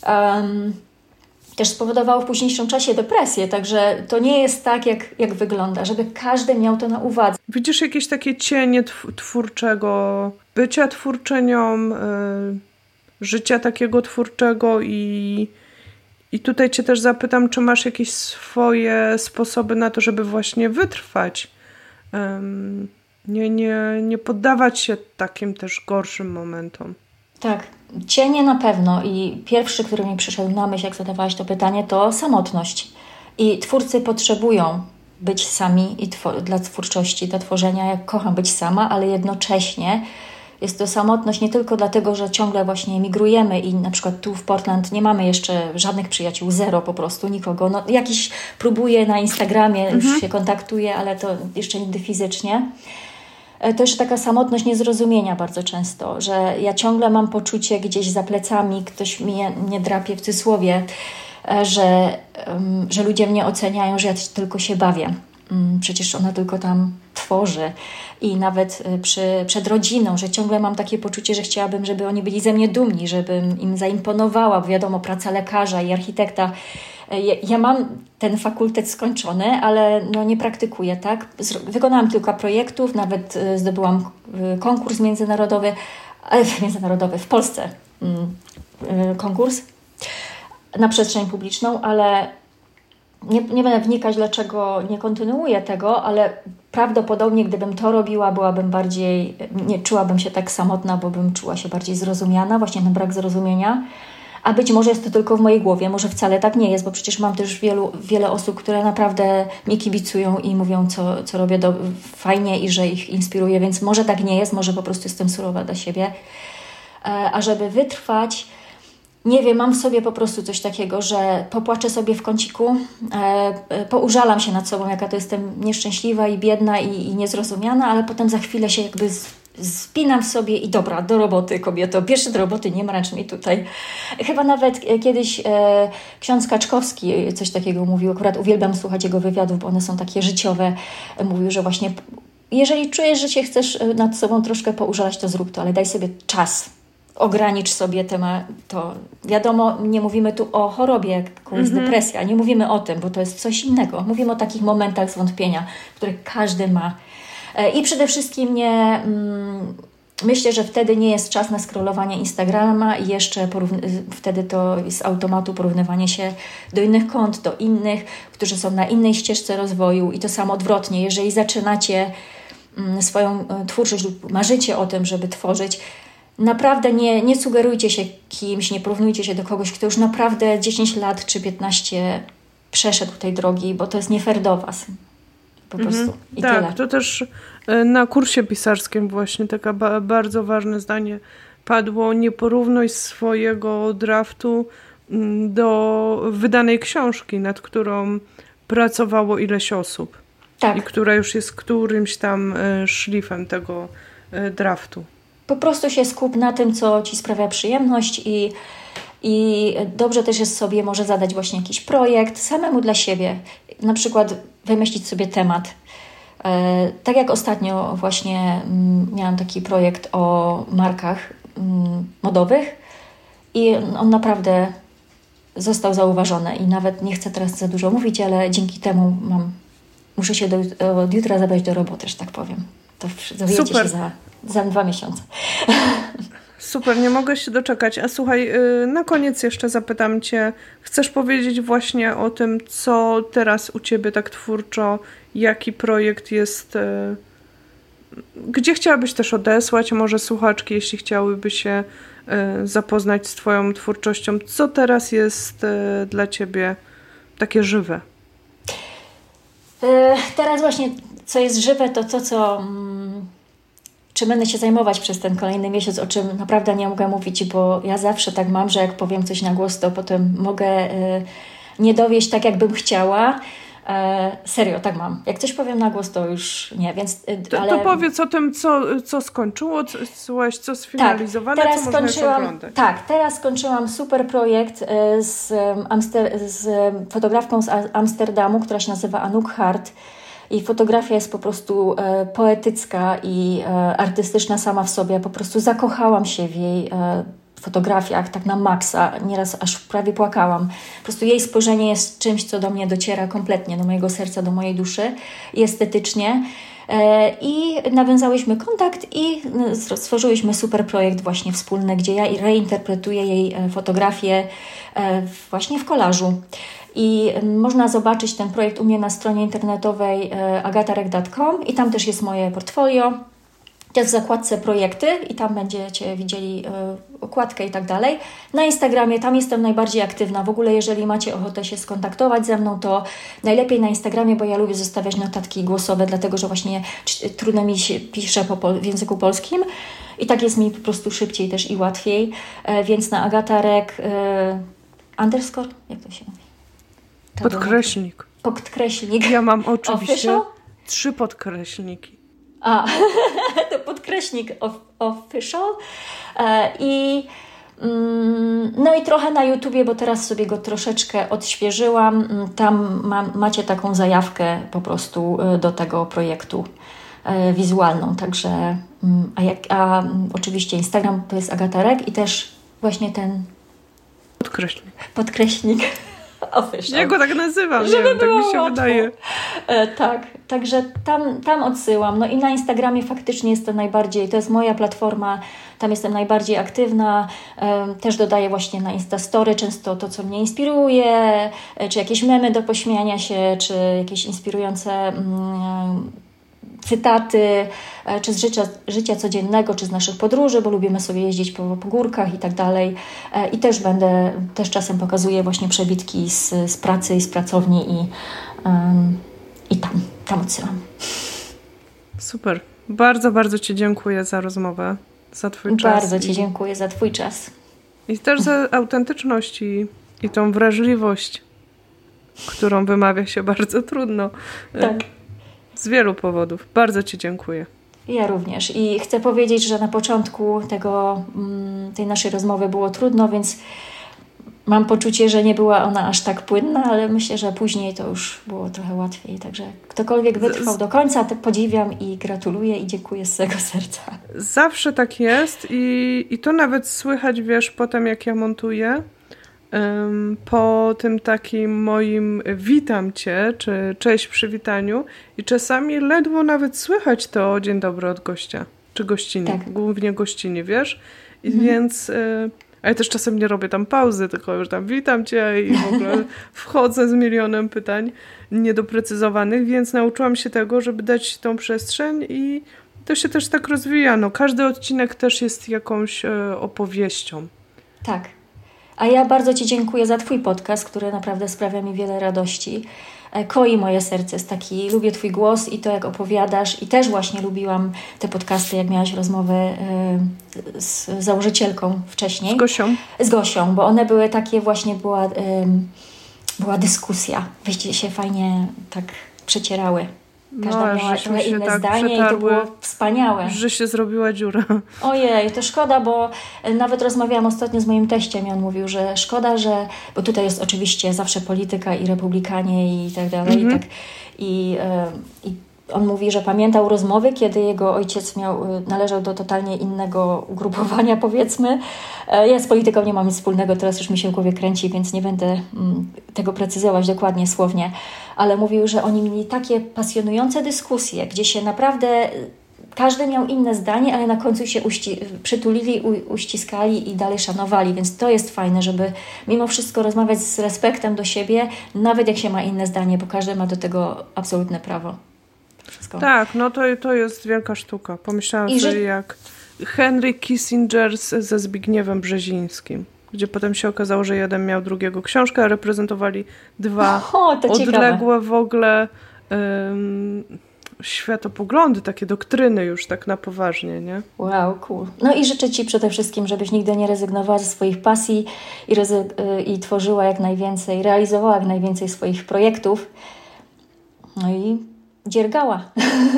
też spowodowało w późniejszym czasie depresję, także to nie jest tak, jak wygląda, żeby każdy miał to na uwadze. Widzisz jakieś takie cienie twórczego, bycia twórczynią, życia takiego twórczego i tutaj Cię też zapytam, czy masz jakieś swoje sposoby na to, żeby właśnie wytrwać, nie poddawać się takim też gorszym momentom. Tak, cienie na pewno i pierwszy, który mi przyszedł na myśl, jak zadawałaś to pytanie, to samotność. I twórcy potrzebują być sami dla twórczości, dla tworzenia. Ja kocham być sama, ale jednocześnie jest to samotność nie tylko dlatego, że ciągle właśnie emigrujemy i na przykład tu w Portland nie mamy jeszcze żadnych przyjaciół, zero po prostu, nikogo. No, jakiś próbuję na Instagramie, już się kontaktuję, ale to jeszcze nigdy fizycznie. To jeszcze taka samotność niezrozumienia bardzo często, że ja ciągle mam poczucie gdzieś za plecami, ktoś mnie drapie w cudzysłowie, że ludzie mnie oceniają, że ja tylko się bawię. Przecież ona tylko tam tworzy. I nawet przed rodziną, że ciągle mam takie poczucie, że chciałabym, żeby oni byli ze mnie dumni, żebym im zaimponowała, bo wiadomo, praca lekarza i architekta. Ja mam ten fakultet skończony, ale nie praktykuję, tak? Wykonałam kilka projektów, nawet zdobyłam konkurs międzynarodowy w Polsce, konkurs na przestrzeń publiczną, ale nie będę wnikać, dlaczego nie kontynuuję tego, ale prawdopodobnie gdybym to robiła, nie czułabym się tak samotna, bo bym czuła się bardziej zrozumiana, właśnie ten brak zrozumienia. A być może jest to tylko w mojej głowie, może wcale tak nie jest, bo przecież mam też wiele osób, które naprawdę mi kibicują i mówią, co robię fajnie i że ich inspiruje, więc może tak nie jest, może po prostu jestem surowa dla siebie. A żeby wytrwać, nie wiem, mam w sobie po prostu coś takiego, że popłaczę sobie w kąciku, poużalam się nad sobą, jaka to jestem nieszczęśliwa i biedna i niezrozumiana, ale potem za chwilę się jakby spinam w sobie i dobra, do roboty kobieto, bierz do roboty, nie maracz mnie tutaj. Chyba nawet kiedyś ksiądz Kaczkowski coś takiego mówił, akurat uwielbiam słuchać jego wywiadów, bo one są takie życiowe. Mówił, że właśnie jeżeli czujesz, że się chcesz nad sobą troszkę poużalać, to zrób to, ale daj sobie czas. Ogranicz sobie temat. To wiadomo, nie mówimy tu o chorobie, jaką jest depresja, nie mówimy o tym, bo to jest coś innego. Mówimy o takich momentach zwątpienia, które każdy ma. I przede wszystkim myślę, że wtedy nie jest czas na scrollowanie Instagrama i jeszcze wtedy to jest z automatu porównywanie się do innych kont, do innych, którzy są na innej ścieżce rozwoju i to samo odwrotnie. Jeżeli zaczynacie swoją twórczość lub marzycie o tym, żeby tworzyć, naprawdę nie sugerujcie się kimś, nie porównujcie się do kogoś, kto już naprawdę 10 lat czy 15 przeszedł tej drogi, bo to jest nie fair do Was. Po prostu. I tak, tyle. To też na kursie pisarskim właśnie takie bardzo ważne zdanie padło: nie porównuj swojego draftu do wydanej książki, nad którą pracowało ileś osób. Tak. I która już jest którymś tam szlifem tego draftu. Po prostu się skup na tym, co ci sprawia przyjemność i dobrze też jest sobie może zadać właśnie jakiś projekt samemu dla siebie. Na przykład wymyślić sobie temat. Tak jak ostatnio właśnie miałam taki projekt o markach modowych i on naprawdę został zauważony i nawet nie chcę teraz za dużo mówić, ale dzięki temu muszę się od jutra zabrać do roboty, że tak powiem. To dowiecie się za 2 miesiące. Super, nie mogę się doczekać. A słuchaj, na koniec jeszcze zapytam Cię, chcesz powiedzieć właśnie o tym, co teraz u Ciebie tak twórczo, jaki projekt jest, gdzie chciałabyś też odesłać może słuchaczki, jeśli chciałyby się zapoznać z Twoją twórczością, co teraz jest dla Ciebie takie żywe? Teraz właśnie, co jest żywe, to czym będę się zajmować przez ten kolejny miesiąc, o czym naprawdę nie mogę mówić, bo ja zawsze tak mam, że jak powiem coś na głos, to potem mogę nie dowieść tak, jakbym chciała. Serio, tak mam. Jak coś powiem na głos, to już nie, więc... To powiedz o tym, co skończyło, co sfinalizowane, tak, co można już oglądać. Tak, teraz skończyłam super projekt z fotografką z Amsterdamu, która się nazywa Anouk Hart. I fotografia jest po prostu poetycka i artystyczna sama w sobie. Po prostu zakochałam się w jej fotografiach tak na maksa. Nieraz aż prawie płakałam. Po prostu jej spojrzenie jest czymś, co do mnie dociera kompletnie, do mojego serca, do mojej duszy i estetycznie. I nawiązałyśmy kontakt i stworzyłyśmy super projekt właśnie wspólny, gdzie ja reinterpretuję jej fotografię właśnie w kolażu. I można zobaczyć ten projekt u mnie na stronie internetowej agatarek.com i tam też jest moje portfolio. Też w zakładce projekty i tam będziecie widzieli okładkę i tak dalej. Na Instagramie, tam jestem najbardziej aktywna. W ogóle jeżeli macie ochotę się skontaktować ze mną, to najlepiej na Instagramie, bo ja lubię zostawiać notatki głosowe, dlatego że właśnie trudno mi się pisze w języku polskim i tak jest mi po prostu szybciej też i łatwiej. Więc na agatarek underscore, jak to się mówi? Podkreślnik. Podkreślnik. Ja mam oczywiście official? 3 podkreślniki. To podkreśnik official. No i trochę na YouTubie, bo teraz sobie go troszeczkę odświeżyłam. Tam macie taką zajawkę po prostu do tego projektu wizualną. Także, oczywiście Instagram to jest Agatarek i też właśnie ten podkreśnik official. Ja go tak nazywam, nie wiem, tak mi się wydaje. Tak, także tam odsyłam. No i na Instagramie faktycznie jest to jest moja platforma, tam jestem najbardziej aktywna. Też dodaję właśnie na Instastory często to, co mnie inspiruje, czy jakieś memy do pośmiania się, czy jakieś inspirujące cytaty, czy z życia codziennego, czy z naszych podróży, bo lubimy sobie jeździć po górkach i tak dalej. I też czasem pokazuję właśnie przebitki z pracy i z pracowni i tam odsyłam. Super. Bardzo, bardzo Ci dziękuję za rozmowę, za Twój czas. Bardzo Ci dziękuję za Twój czas. I też za autentyczność i tą wrażliwość, którą wymawia się bardzo trudno. Tak. Z wielu powodów. Bardzo Ci dziękuję. Ja również. I chcę powiedzieć, że na początku tej naszej rozmowy było trudno, więc mam poczucie, że nie była ona aż tak płynna, ale myślę, że później to już było trochę łatwiej. Także ktokolwiek wytrwał do końca, to podziwiam i gratuluję i dziękuję z całego serca. Zawsze tak jest i to nawet słychać, wiesz, potem jak ja montuję, po tym takim moim witam Cię, czy cześć przy witaniu i czasami ledwo nawet słychać to dzień dobry od gościa, czy gościni, tak. Głównie gościni, wiesz? I więc, a ja też czasem nie robię tam pauzy, tylko już tam witam Cię i w ogóle wchodzę z milionem pytań niedoprecyzowanych, więc nauczyłam się tego, żeby dać tą przestrzeń i to się też tak rozwija. No, każdy odcinek też jest jakąś opowieścią. Tak. A ja bardzo Ci dziękuję za Twój podcast, który naprawdę sprawia mi wiele radości. koi moje serce. Jest taki, lubię twój głos i to, jak opowiadasz. I też właśnie lubiłam te podcasty, jak miałaś rozmowę z założycielką wcześniej. Z Gosią. Z Gosią, bo one były takie, właśnie była dyskusja. Wyście się fajnie tak przecierały. Każda miała trochę inne tak zdanie i to było wspaniałe. Że się zrobiła dziura. Ojej, to szkoda, bo nawet rozmawiałam ostatnio z moim teściem i on mówił, że szkoda, że... Bo tutaj jest oczywiście zawsze polityka i republikanie i tak dalej. I on mówi, że pamiętał rozmowy, kiedy jego ojciec należał do totalnie innego ugrupowania, powiedzmy. Ja z polityką nie mam nic wspólnego, teraz już mi się w głowie kręci, więc nie będę tego precyzować dokładnie, słownie. Ale mówił, że oni mieli takie pasjonujące dyskusje, gdzie się naprawdę każdy miał inne zdanie, ale na końcu się przytulili, uściskali i dalej szanowali. Więc to jest fajne, żeby mimo wszystko rozmawiać z respektem do siebie, nawet jak się ma inne zdanie, bo każdy ma do tego absolutne prawo. Wszystko. Tak, no to jest wielka sztuka. Pomyślałam sobie jak Henry Kissinger ze Zbigniewem Brzezińskim, gdzie potem się okazało, że jeden miał drugiego książkę, a reprezentowali dwa odległe w ogóle światopoglądy, takie doktryny już tak na poważnie, nie? Wow, cool. No i życzę Ci przede wszystkim, żebyś nigdy nie rezygnowała ze swoich pasji i tworzyła jak najwięcej, realizowała jak najwięcej swoich projektów. No i dziergała.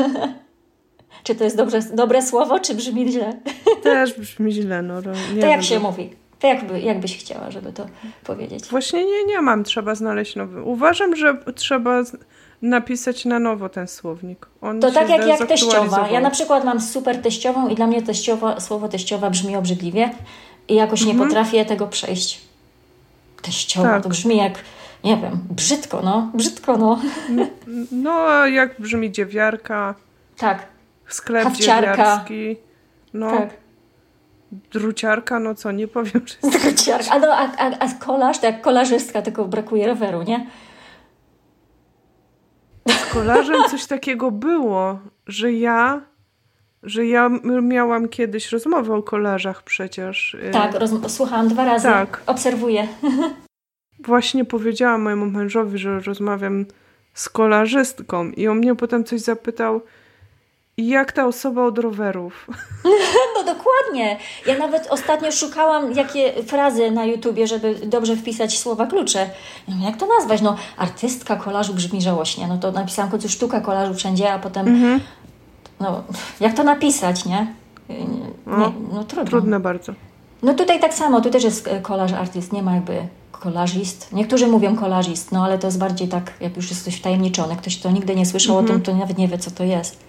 Czy to jest dobre słowo, czy brzmi źle? Też brzmi źle. No, nie to jak się mówi? To jak byś chciała, żeby to powiedzieć? Właśnie nie mam. Trzeba znaleźć nowy. Uważam, że trzeba napisać na nowo ten słownik. On to tak jak teściowa. Ja na przykład mam super teściową i dla mnie słowo teściowa brzmi obrzydliwie i jakoś nie potrafię tego przejść. Teściowa tak. To brzmi jak... Nie wiem, brzydko, no. No, a jak brzmi dziewiarka. Tak. Sklep Hawciarka. Dziewiarski. No. Tak. Druciarka, no co, nie powiem, że jest... Druciarka. A kolarz, to jak kolarzystka, tylko brakuje roweru, nie? Z kolarzem coś takiego było, że ja miałam kiedyś rozmowę o kolarzach przecież. Tak, słuchałam 2 razy. Tak. Obserwuję. Właśnie powiedziałam mojemu mężowi, że rozmawiam z kolarzystką i on mnie potem coś zapytał, jak ta osoba od rowerów. No dokładnie. Ja nawet ostatnio szukałam jakie frazy na YouTubie, żeby dobrze wpisać słowa klucze. Jak to nazwać? No artystka kolarzu brzmi żałośnie. No to napisałam w końcu sztuka kolarzu wszędzie, a potem no jak to napisać, nie? No trudno. Trudne bardzo. No tutaj tak samo, tu też jest kolarz artyst, nie ma jakby kolarzist. Niektórzy mówią kolarzist, no ale to jest bardziej tak, jak już jest ktoś wtajemniczony. Ktoś, kto nigdy nie słyszał o tym, to nawet nie wie, co to jest.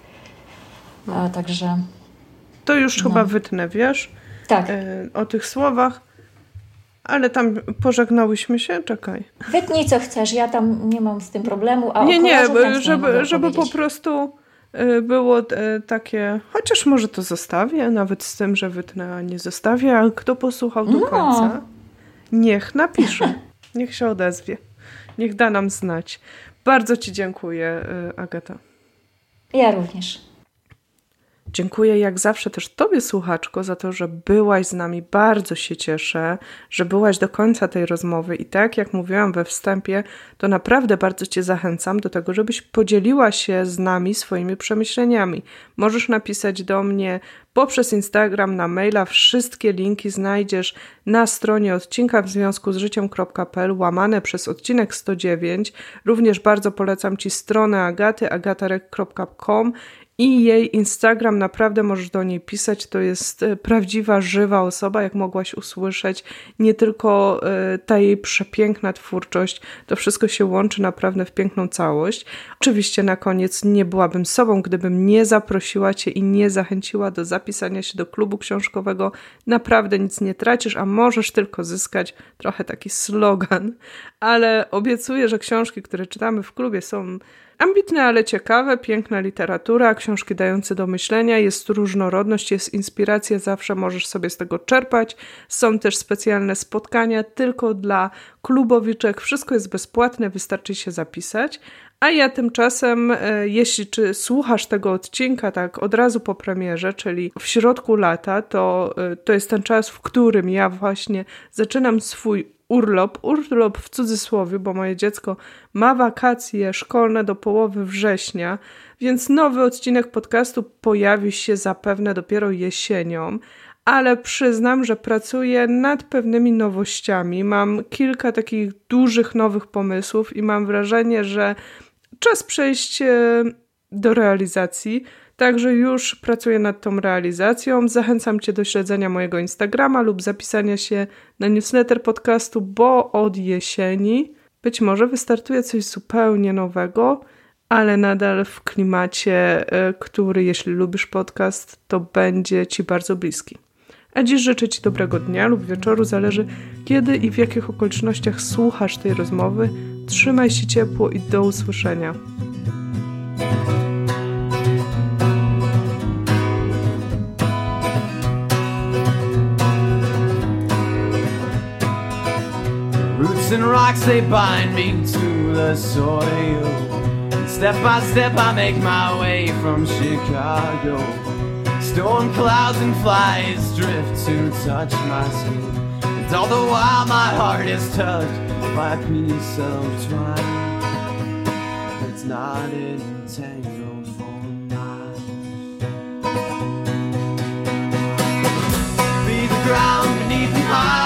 A także... To już chyba wytnę, wiesz? Tak. O tych słowach. Ale tam pożegnałyśmy się? Czekaj. Wytnij, co chcesz. Ja tam nie mam z tym problemu. A żeby po prostu było takie... Chociaż może to zostawię, nawet z tym, że wytnę, a nie zostawię. A kto posłuchał do końca, niech napisze. Niech się odezwie. Niech da nam znać. Bardzo Ci dziękuję, Agata. Ja również. Dziękuję jak zawsze też Tobie, słuchaczko, za to, że byłaś z nami. Bardzo się cieszę, że byłaś do końca tej rozmowy i tak jak mówiłam we wstępie, to naprawdę bardzo Cię zachęcam do tego, żebyś podzieliła się z nami swoimi przemyśleniami. Możesz napisać do mnie poprzez Instagram, na maila. Wszystkie linki znajdziesz na stronie odcinka w związku z życiem.pl /odcinek 109. Również bardzo polecam Ci stronę Agaty, agatarek.com i jej Instagram, naprawdę możesz do niej pisać, to jest prawdziwa, żywa osoba, jak mogłaś usłyszeć, nie tylko ta jej przepiękna twórczość, to wszystko się łączy naprawdę w piękną całość. Oczywiście na koniec nie byłabym sobą, gdybym nie zaprosiła Cię i nie zachęciła do zapisania się do klubu książkowego. Naprawdę nic nie tracisz, a możesz tylko zyskać, trochę taki slogan, ale obiecuję, że książki, które czytamy w klubie są ambitne, ale ciekawe, piękna literatura, książki dające do myślenia, jest różnorodność, jest inspiracja, zawsze możesz sobie z tego czerpać. Są też specjalne spotkania tylko dla klubowiczek, wszystko jest bezpłatne, wystarczy się zapisać. A ja tymczasem, jeśli słuchasz tego odcinka tak od razu po premierze, czyli w środku lata, to jest ten czas, w którym ja właśnie zaczynam swój urlop w cudzysłowie, bo moje dziecko ma wakacje szkolne do połowy września, więc nowy odcinek podcastu pojawi się zapewne dopiero jesienią, ale przyznam, że pracuję nad pewnymi nowościami. Mam kilka takich dużych nowych pomysłów i mam wrażenie, że czas przejść do realizacji. Także już pracuję nad tą realizacją. Zachęcam Cię do śledzenia mojego Instagrama lub zapisania się na newsletter podcastu, bo od jesieni być może wystartuje coś zupełnie nowego, ale nadal w klimacie, który, jeśli lubisz podcast, to będzie Ci bardzo bliski. A dziś życzę Ci dobrego dnia lub wieczoru, zależy kiedy i w jakich okolicznościach słuchasz tej rozmowy. Trzymaj się ciepło i do usłyszenia. Roots and rocks, they bind me to the soil. Step by step I make my way from Chicago. Storm clouds and flies drift to touch my skin. And all the while my heart is touched by a piece of twine that's not entangled for miles. Be the ground beneath my